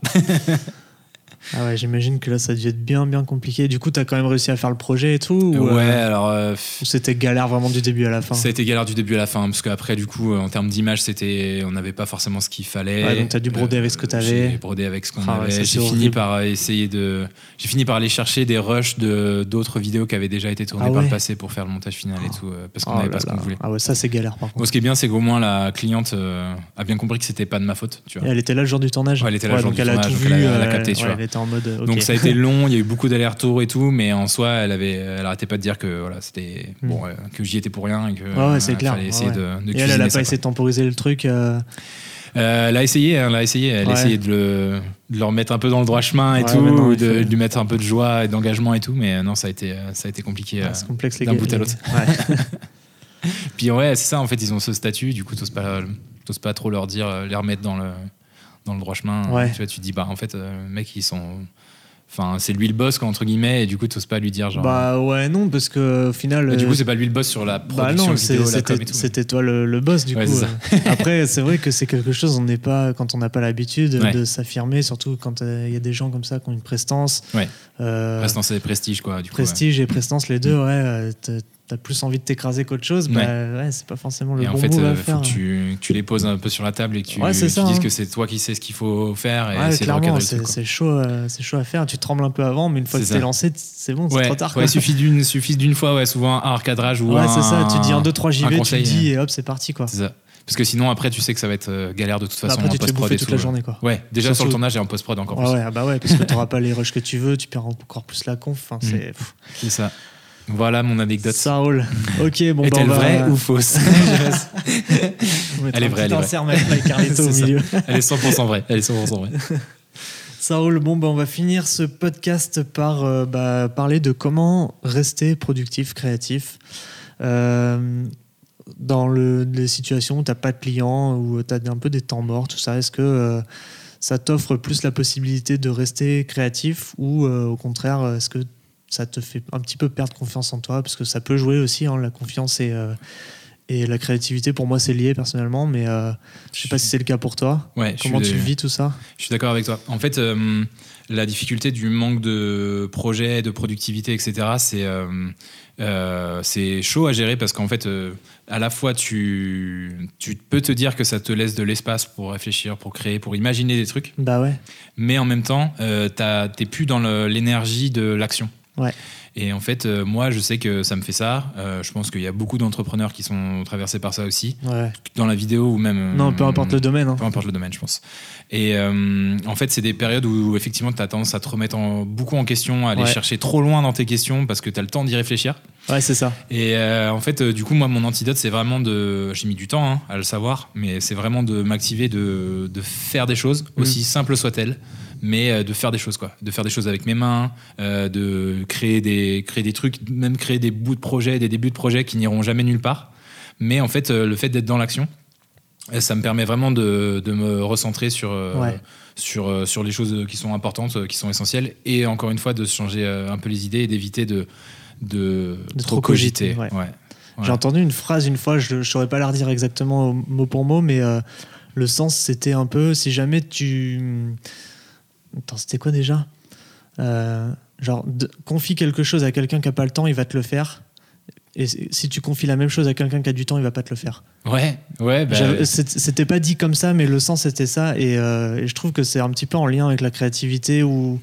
Ah ouais, j'imagine que là, ça a dû être bien, bien compliqué. Du coup, t'as quand même réussi à faire le projet et tout ou, Ouais, euh, alors. Euh, ou c'était galère vraiment du début à la fin? Ça a été galère du début à la fin, parce qu'après, du coup, en termes d'image, c'était, on n'avait pas forcément ce qu'il fallait. Ouais, donc t'as dû broder euh, avec ce que t'avais. J'ai brodé avec ce qu'on ah, avait. Ouais, j'ai fini par essayer de, j'ai fini par aller chercher des rushs de d'autres vidéos qui avaient déjà été tournées ah ouais. par le passé pour faire le montage final et tout, parce qu'on n'avait oh pas ce qu'on voulait. Ah ouais, ça c'est galère par contre. Bon, ce qui est bien, c'est qu'au moins la cliente euh, a bien compris que c'était pas de ma faute, tu vois. Et elle était là le jour du tournage. Ouais, elle était là le jour du elle tournage, a tout donc vu, elle a, elle a capté, tu vois. Elle était en mode. Donc ça a été long, il y a eu beaucoup d'allers-retours et tout, mais en soi, elle avait, elle arrêtait pas de dire que voilà, c'était mm. bon, euh, que j'y étais pour rien et que ouais, ouais, c'est euh, clair. fallait essayer ouais. de, de et elle, elle a pas ça, essayé de temporiser le truc. Euh... Euh, elle a essayé, elle a essayé, elle a ouais. essayé de le, de le remettre un peu dans le droit chemin et ouais, tout, non, de, faut... de lui mettre un peu de joie et d'engagement et tout, mais non, ça a été, ça a été compliqué. Ouais, c'est complexe les d'un gars, bout à les... l'autre. Ouais. Puis ouais, c'est ça, en fait, ils ont ce statut, du coup, t'oses pas, t'oses pas trop leur dire, les remettre dans le, dans le droit chemin. Ouais. Tu vois, tu te dis, bah en fait, euh, mec, ils sont. Enfin, c'est lui le boss, quoi, entre guillemets, et du coup, tu n'oses pas lui dire genre. Bah ouais, non, parce qu'au final. Bah, du coup, c'est pas lui le boss sur la production bah non, vidéo, la com et tout. C'était toi le, le boss, du ouais, coup. C'est Après, c'est vrai que c'est quelque chose, on n'est pas, quand on n'a pas l'habitude ouais. de s'affirmer, surtout quand il euh, y a des gens comme ça qui ont une prestance. Ouais. Euh, prestance et prestige, quoi. Du coup, prestige ouais. et prestance, les deux, ouais. T'as plus envie de t'écraser qu'autre chose, bah ouais, ouais c'est pas forcément le et bon en fait, move euh, à faut faire. que tu, tu les poses un peu sur la table et que tu, ouais, tu ça, dises hein. que c'est toi qui sais ce qu'il faut faire et ouais, essayer de recadrer le truc. C'est chaud, euh, c'est chaud à faire. Tu trembles un peu avant, mais une fois que t'es lancé, c'est bon, c'est ouais, trop tard. Ouais, il suffit d'une, suffit d'une fois, ouais, souvent un recadrage ou ouais, un. Ouais, c'est ça. Tu dis un, deux, trois, j'y vais, conseil, tu dis et hop, c'est parti, quoi. C'est ça. Parce que sinon, après, tu sais que ça va être galère de toute façon. Après, en tu te fais bouffer toute tout, la journée, quoi. Ouais, déjà Surtout... sur le tournage et en post-prod encore ouais, plus. Ouais, bah ouais, parce que t'auras pas les rushs que tu veux, tu perds encore plus la conf. Enfin, c'est... Mmh. C'est ça. Voilà mon anecdote. Ça roule. Ok, bon, Est-elle bah, vraie va... ou fausse? Elle est vraie, elle est vraie. Avec Carlito au milieu. Elle est cent pour cent vraie. Elle est cent pour cent vraie. Ça roule. Bon, bah, on va finir ce podcast par euh, bah, parler de comment rester productif, créatif. Euh, dans le, les situations où tu n'as pas de clients, où tu as un peu des temps morts, tout ça, est-ce que euh, ça t'offre plus la possibilité de rester créatif ou euh, au contraire, est-ce que ça te fait un petit peu perdre confiance en toi? Parce que ça peut jouer aussi, hein, la confiance et, euh, et la créativité. Pour moi, c'est lié personnellement, mais euh, je ne sais pas si c'est le cas pour toi. Ouais, Comment tu de... vis tout ça? Je suis d'accord avec toi. En fait, euh, la difficulté du manque de projet, de productivité, et cetera, c'est, euh, euh, c'est chaud à gérer parce qu'en fait, euh, à la fois, tu, tu peux te dire que ça te laisse de l'espace pour réfléchir, pour créer, pour imaginer des trucs. Bah ouais. Mais en même temps, euh, t'es plus dans le, l'énergie de l'action. Ouais. Et en fait, euh, moi, je sais que ça me fait ça. Euh, je pense qu'il y a beaucoup d'entrepreneurs qui sont traversés par ça aussi, ouais. dans la vidéo ou même... Non, peu importe euh, le domaine. Hein. Peu importe le domaine, je pense. Et euh, en fait, c'est des périodes où, effectivement, tu as tendance à te remettre en, beaucoup en question, à aller ouais. chercher trop loin dans tes questions parce que tu as le temps d'y réfléchir. Ouais, c'est ça. Et euh, en fait, euh, du coup, moi, mon antidote, c'est vraiment de... J'ai mis du temps hein, à le savoir, mais c'est vraiment de m'activer, de, de faire des choses, mmh. aussi simples soient-elles, mais de faire des choses, quoi. De faire des choses avec mes mains, euh, de créer des, créer des trucs, même créer des bouts de projet, des débuts de projet qui n'iront jamais nulle part. Mais en fait, euh, le fait d'être dans l'action, ça me permet vraiment de, de me recentrer sur, euh, ouais. sur, euh, sur les choses qui sont importantes, qui sont essentielles, et encore une fois, de se changer un peu les idées et d'éviter de, de, de trop cogiter. cogiter ouais. Ouais. Ouais. J'ai entendu une phrase une fois, je ne saurais pas la redire exactement mot pour mot, mais euh, le sens, c'était un peu, si jamais tu... Attends, c'était quoi déjà euh, Genre, de, confie quelque chose à quelqu'un qui n'a pas le temps, il va te le faire. Et si tu confies la même chose à quelqu'un qui a du temps, il va pas te le faire. Ouais, ouais. Bah... C'était pas dit comme ça, mais le sens c'était ça. Et, euh, et je trouve que c'est un petit peu en lien avec la créativité ou,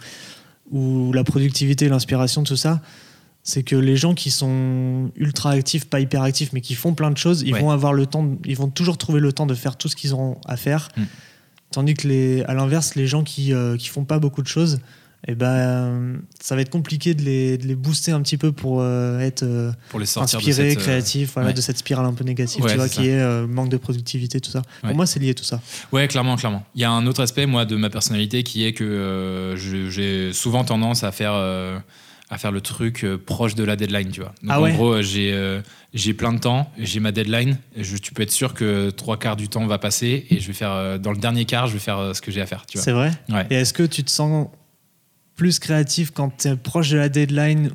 ou la productivité, l'inspiration, tout ça. C'est que les gens qui sont ultra actifs, pas hyper actifs, mais qui font plein de choses, ils ouais. vont avoir le temps, de, ils vont toujours trouver le temps de faire tout ce qu'ils auront à faire. Mm. Tandis que les, à l'inverse, les gens qui euh, qui font pas beaucoup de choses, eh ben, ça va être compliqué de les, de les booster un petit peu pour euh, être euh, pour les sortir inspiré, de cette, créatif, voilà, ouais. de cette spirale un peu négative, ouais, tu vois, qui ça. est euh, manque de productivité, tout ça. Ouais. Pour moi, c'est lié tout ça. Ouais, clairement, clairement. Il y a un autre aspect, moi, de ma personnalité qui est que euh, je, j'ai souvent tendance à faire euh, à faire le truc euh, proche de la deadline, tu vois. Donc ah en ouais. gros, j'ai euh, j'ai plein de temps, j'ai ma deadline, je, tu peux être sûr que trois quarts du temps va passer et je vais faire euh, dans le dernier quart, je vais faire euh, ce que j'ai à faire, tu vois. C'est vrai. Ouais. Et est-ce que tu te sens plus créatif quand tu es proche de la deadline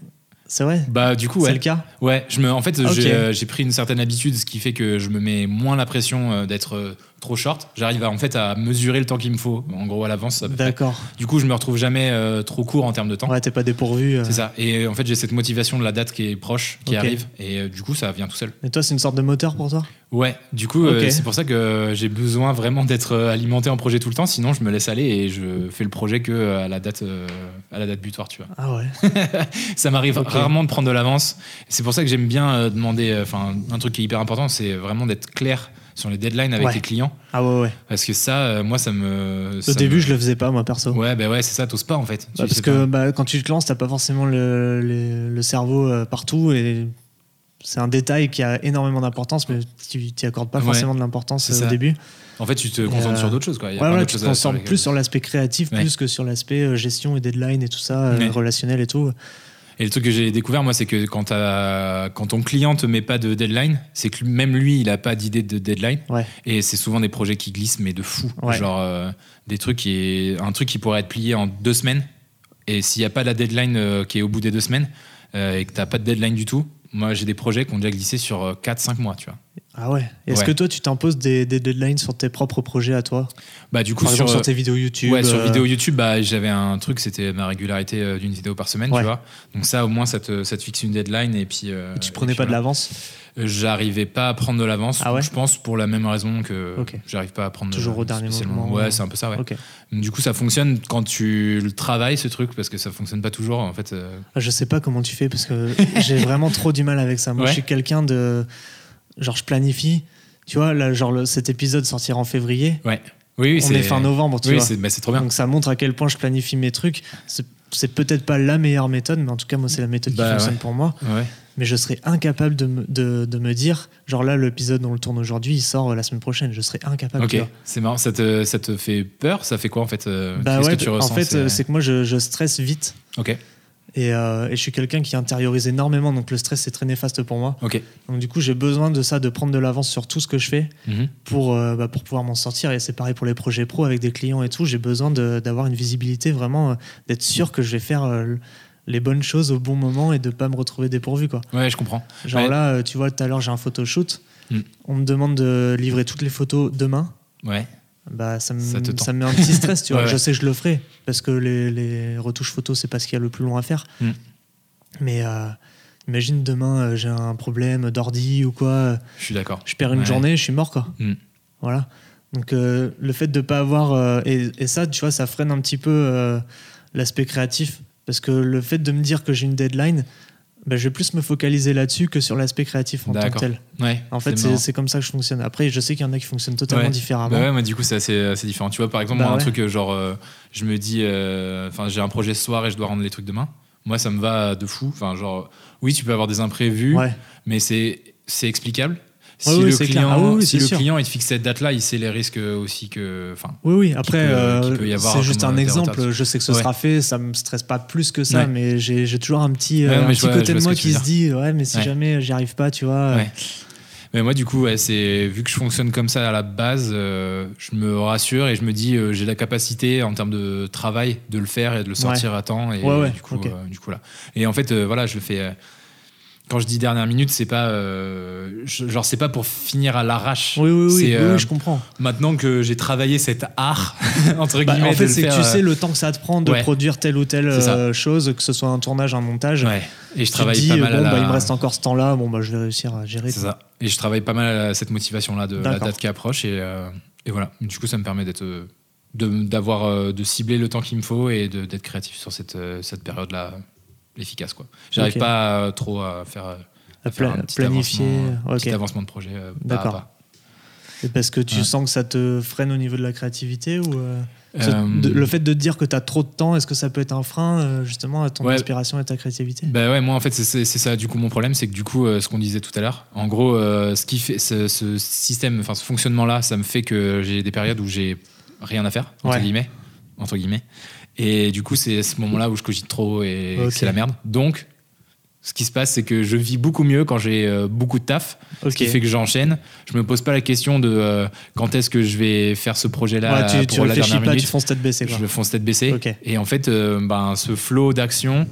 C'est vrai. Bah du coup ouais. C'est le cas. Ouais, je me, en fait Okay. j'ai, euh, j'ai pris une certaine habitude, ce qui fait que je me mets moins la pression euh, d'être euh, trop short. J'arrive à, en fait à mesurer le temps qu'il me faut, en gros à l'avance. À peu près. D'accord. Du coup je me retrouve jamais euh, trop court en termes de temps. Ouais, t'es pas dépourvu. euh. C'est ça. Et euh, en fait j'ai cette motivation de la date qui est proche, qui Ok. arrive, et euh, du coup ça vient tout seul. Et toi, c'est une sorte de moteur pour toi? Ouais. Du coup euh, Ok. c'est pour ça que j'ai besoin vraiment d'être euh, alimenté en projet tout le temps. Sinon je me laisse aller et je fais le projet que euh, à la date euh, à la date butoir, tu vois. Ah ouais. Ça m'arrive Ok. rarement de prendre de l'avance. C'est pour ça que j'aime bien euh, demander. Enfin, un truc qui est hyper important, c'est vraiment d'être clair sur les deadlines avec Ouais. les clients. Ah ouais, ouais. Parce que ça, euh, moi, ça me. Au ça début, me- je le faisais pas, moi, perso. Ouais, bah ouais, c'est ça. T'oses pas en fait. Tu Bah, parce sais que pas. bah, quand tu te lances, t'as pas forcément le, le, le cerveau euh, partout et c'est un détail qui a énormément d'importance, mais tu n'y accordes pas Ouais, forcément de l'importance c'est euh, ça. au début. En fait, tu te concentres euh, sur d'autres choses, quoi. Il y a Ouais, plein ouais, d'autres tu te choses à- sur concentres lesquelles- plus sur l'aspect créatif, Ouais. plus que sur l'aspect euh, gestion et deadline et tout ça, euh, Ouais. relationnel et tout. Et le truc que j'ai découvert, moi, c'est que quand, t'as- quand ton client te met pas de deadline, c'est que même lui, il a pas d'idée de deadline. Ouais. Et c'est souvent des projets qui glissent, mais de fou. Ouais. Genre euh, des trucs qui est, un truc qui pourrait être plié en deux semaines. Et s'il n'y a pas la deadline euh, qui est au bout des deux semaines euh, et que t'as pas de deadline du tout, moi j'ai des projets qui ont déjà glissé sur quatre cinq mois, tu vois. Ah ouais. Est-ce Ouais. que toi, tu t'imposes des, des deadlines sur tes propres projets à toi? Bah du coup Par sur, exemple, sur tes vidéos YouTube ouais, sur euh, vidéo YouTube, bah, j'avais un truc, c'était ma régularité euh, d'une vidéo par semaine, Ouais. tu vois. Donc ça, au moins, ça te, ça te fixe une deadline et puis. euh, Tu et prenais puis pas de voilà. l'avance? Euh, J'arrivais pas à prendre de l'avance. Ah ouais Je pense pour la même raison que Ok. j'arrive pas à prendre. de- Toujours au dernier spécialement. moment. Ouais, c'est un peu ça, ouais. Ok. Du coup, ça fonctionne quand tu le travailles, ce truc, parce que ça fonctionne pas toujours. En fait, euh, Ah, je sais pas comment tu fais parce que j'ai vraiment trop du mal avec ça. Moi, Ouais. je suis quelqu'un de. Genre, je planifie. Tu vois, là, genre, le- cet épisode sortira en février. ouais. Oui, oui, On c'est est fin novembre, tu oui, vois. c'est bah, c'est trop bien. Donc, ça montre à quel point je planifie mes trucs. C'est, c'est peut-être pas la meilleure méthode, mais en tout cas, moi, c'est la méthode Bah, qui fonctionne ouais. pour moi. Ouais. Mais je serais incapable de me, de, de me dire, genre là, l'épisode dont on le tourne aujourd'hui, il sort euh, la semaine prochaine. Je serais incapable. Ok, tu vois. c'est marrant. Ça te, ça te fait peur? Ça fait quoi en fait euh, Bah Qu'est-ce ouais, que tu en ressens fait, euh, c'est que moi, je, je stresse vite. Ok, Et, euh, et je suis quelqu'un qui intériorise énormément, donc le stress, c'est très néfaste pour moi. ok. Donc du coup, j'ai besoin de ça, de prendre de l'avance sur tout ce que je fais Mhm. pour, euh, bah, pour pouvoir m'en sortir. Et c'est pareil pour les projets pro avec des clients et tout. J'ai besoin de- d'avoir une visibilité, vraiment, euh, d'être sûr que je vais faire euh, les bonnes choses au bon moment et de pas me retrouver dépourvu, quoi. Ouais, je comprends. Genre Ouais. là, euh, tu vois, tout à l'heure, j'ai un photoshoot. Mm. On me demande de livrer toutes les photos demain. Ouais. Bah, ça, me, Ça te tend. ça me met un petit stress, tu vois. Ouais, ouais. Je sais que je le ferai parce que les, les retouches photos, c'est pas ce qu'il y a le plus long à faire. Mm. Mais euh, imagine demain, euh, j'ai un problème d'ordi ou quoi, euh, Je suis d'accord. je perds une Ouais. journée, je suis mort, quoi. Mm. Voilà. Donc euh, le fait de pas avoir euh, et, et ça, tu vois, ça freine un petit peu euh, l'aspect créatif parce que le fait de me dire que j'ai une deadline, bah, je vais plus me focaliser là-dessus que sur l'aspect créatif en tant que D'accord. tel. Ouais. En fait, c'est marrant. c'est comme ça que je fonctionne. Après, je sais qu'il y en a qui fonctionnent totalement Ouais. différemment. Bah ouais, moi du coup c'est assez, assez différent. Tu vois, par exemple, Bah moi, un ouais. truc euh, genre, euh, je me dis, euh, enfin, j'ai un projet ce soir et je dois rendre les trucs demain. Moi, ça me va de fou. Enfin, genre, oui, tu peux avoir des imprévus, Ouais. mais c'est c'est explicable. Si Ouais, ouais, le c'est client, clair. Ah oui, oui, si c'est le sûr. client il te fixe cette date-là, il sait les risques aussi que, enfin, Oui, oui. Après, peut- euh, qui peut y avoir c'est juste comme, un euh, des exemple. retards. Je sais que ce Ouais. sera fait. Ça me stresse pas plus que ça, Ouais. mais j'ai j'ai toujours un petit, euh, Ouais, non, un mais petit je vois- côté je vois de ce moi que tu qui veux se dit, ouais, mais si Ouais. jamais j'y arrive pas, tu vois. Ouais. Mais moi, du coup, ouais, c'est vu que je fonctionne comme ça à la base, euh, je me rassure et je me dis, euh, j'ai la capacité en termes de travail de le faire et de le sortir à temps. Et Ouais, ouais, du coup, ok. euh, du coup là. Et en fait, euh, voilà, je le fais. euh, quand je dis dernière minute, c'est pas, euh, je- genre, c'est pas pour finir à l'arrache. Oui, oui, oui, C'est, oui, euh, oui, je comprends. Maintenant que j'ai travaillé cet art entre Bah, guillemets, en fait, de le c'est que faire, tu euh, sais le temps que ça te prend de ouais. produire telle ou telle C'est ça. euh, chose, que ce soit un tournage, un montage. Ouais. Et je Tu te travaille dis, pas mal bon, à la. bah, il me reste encore ce temps-là, bon, bah, je vais réussir à gérer. C'est quoi. ça. Et je travaille pas mal à cette motivation-là de la D'accord. date qui approche. Et, euh, et voilà. Du coup, ça me permet d'être, euh, de, d'avoir, euh, de cibler le temps qu'il me faut et de, d'être créatif sur cette, euh, cette période-là efficace, quoi. J'arrive Ok. pas euh, trop à faire, euh, À faire pla- un petit planifier. avancement, un Ok. petit avancement de projet. euh, pas à D'accord. pas. C'est parce que tu Ouais. sens que ça te freine au niveau de la créativité ou euh, ce- Euh, de- le fait de te dire que tu as trop de temps, est-ce que ça peut être un frein euh, justement à ton Ouais. inspiration et à ta créativité? Bah ouais, moi en fait c'est, c'est, c'est ça du coup mon problème, c'est que du coup euh, ce qu'on disait tout à l'heure, en gros euh, ce qui fait ce, ce système, enfin ce fonctionnement là, ça me fait que j'ai des périodes où j'ai rien à faire entre Ouais. guillemets, entre guillemets, et du coup c'est ce moment là où je cogite trop et Ok. que c'est la merde. Donc ce qui se passe, c'est que je vis beaucoup mieux quand j'ai euh, beaucoup de taf, Ok. ce qui fait que j'enchaîne. Je me pose pas la question de euh, quand est-ce que je vais faire ce projet-là Ouais, tu, pour tu la réfléchis dernière pas, minute. tu fonces tête baissée. Quoi. Je fonce tête baissée. Ok. Et en fait, euh, ben, ce flow d'action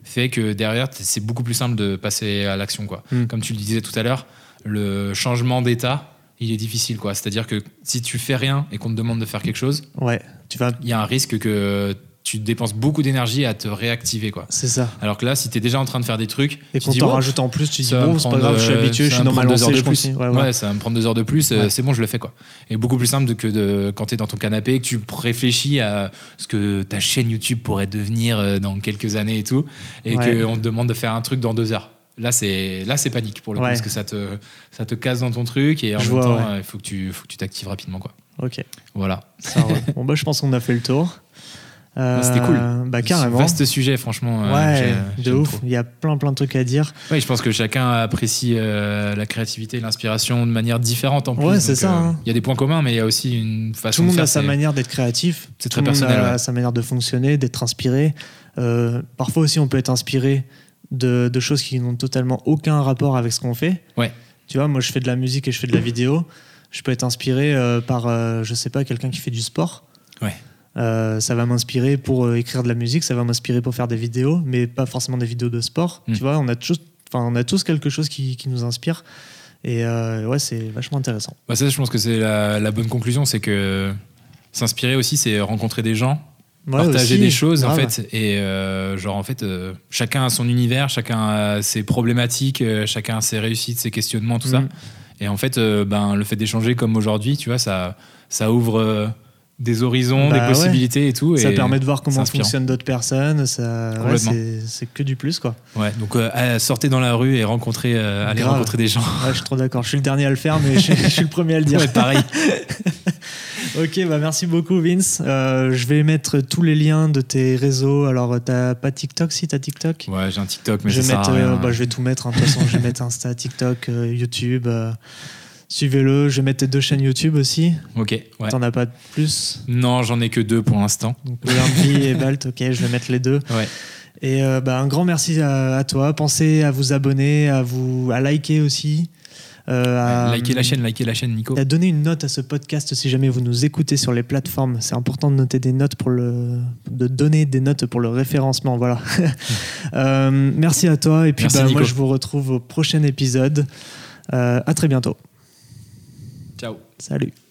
fait que derrière, c'est beaucoup plus simple de passer à l'action, quoi. Mm. Comme tu le disais tout à l'heure, le changement d'état, il est difficile, quoi. C'est-à-dire que si tu fais rien et qu'on te demande de faire quelque chose, ouais, tu vas... il y a un risque que tu dépenses beaucoup d'énergie à te réactiver, quoi. C'est ça. Alors que là, si tu es déjà en train de faire des trucs... Et qu'on t'en rajoute en plus, tu dis, bon, c'est pas grave, euh, je suis habitué, je suis dans ma lancée, je continue. Ouais, ouais. ouais, ça va me prendre deux heures de plus, ouais. c'est bon, je le fais, quoi. Et beaucoup plus simple que de, quand tu es dans ton canapé et que tu réfléchis à ce que ta chaîne YouTube pourrait devenir dans quelques années et tout, et ouais. qu'on te demande de faire un truc dans deux heures. Là, c'est, là, c'est panique pour le coup, ouais. parce que ça te, ça te casse dans ton truc et en je même vois, temps, il ouais. faut que tu faut que tu t'actives rapidement, quoi. Ok. Voilà. Ça, ouais. Bon, bah, je pense qu'on a fait le tour. Euh, C'était cool. Bah, carrément. Vaste sujet, franchement. Ouais, euh, de ouf. Trop. Il y a plein, plein de trucs à dire. Oui, je pense que chacun apprécie euh, la créativité et l'inspiration de manière différente en plus. Ouais, c'est donc, ça. Il euh, hein. y a des points communs, mais il y a aussi une façon de faire. Tout le monde faire, a sa manière d'être créatif. C'est Tout très personnel. Tout le monde a ouais. sa manière de fonctionner, d'être inspiré. Euh, parfois aussi, on peut être inspiré de, de choses qui n'ont totalement aucun rapport avec ce qu'on fait. Ouais. Tu vois, moi, je fais de la musique et je fais de la vidéo. Je peux être inspiré euh, par, euh, je sais pas, quelqu'un qui fait du sport. Ouais. Euh, ça va m'inspirer pour euh, écrire de la musique, ça va m'inspirer pour faire des vidéos, mais pas forcément des vidéos de sport. Mm. Tu vois, on a tous, on a tous quelque chose qui, qui nous inspire. Et euh, ouais, c'est vachement intéressant. Bah ça, je pense que c'est la, la bonne conclusion, c'est que s'inspirer aussi, c'est rencontrer des gens, ouais, partager aussi, des choses, grave. en fait. Et euh, genre, en fait, euh, chacun a son univers, chacun a ses problématiques, euh, chacun a ses réussites, ses questionnements, tout mm. ça. Et en fait, euh, ben, le fait d'échanger comme aujourd'hui, tu vois, ça, ça ouvre... Euh, des horizons, bah des possibilités ouais. et tout. Ça et permet de voir comment fonctionnent d'autres personnes. Ça, ouais, c'est, c'est que du plus, quoi. Ouais, donc euh, sortez dans la rue et rencontrez, euh, allez rencontrer des gens. Ouais, je suis trop d'accord. Je suis le dernier à le faire, mais je, je suis le premier à le dire. Ouais, pareil. Ok, bah merci beaucoup, Vince. Euh, je vais mettre tous les liens de tes réseaux. Alors, t'as pas TikTok, si t'as TikTok ? Ouais, j'ai un TikTok, mais je ça vais sert mettre, à rien. Euh, bah, je vais tout mettre. Hein. De toute façon, je vais mettre Insta, TikTok, euh, YouTube. Euh, Suivez-le, je vais mettre tes deux chaînes YouTube aussi. Ok, ouais. T'en as pas de plus ? Non, j'en ai que deux pour l'instant. Donc, Lundi et Balt, ok, je vais mettre les deux. Ouais. Et euh, bah, un grand merci à, à toi. Pensez à vous abonner, à, vous, à liker aussi. Euh, à, liker la chaîne, liker la chaîne, Nico. À donner une note à ce podcast si jamais vous nous écoutez sur les plateformes. C'est important de noter des notes pour le, de donner des notes pour le référencement. Voilà. euh, merci à toi. Et puis merci, bah, moi, Nico. je vous retrouve au prochain épisode. Euh, à très bientôt. Ciao. Salut.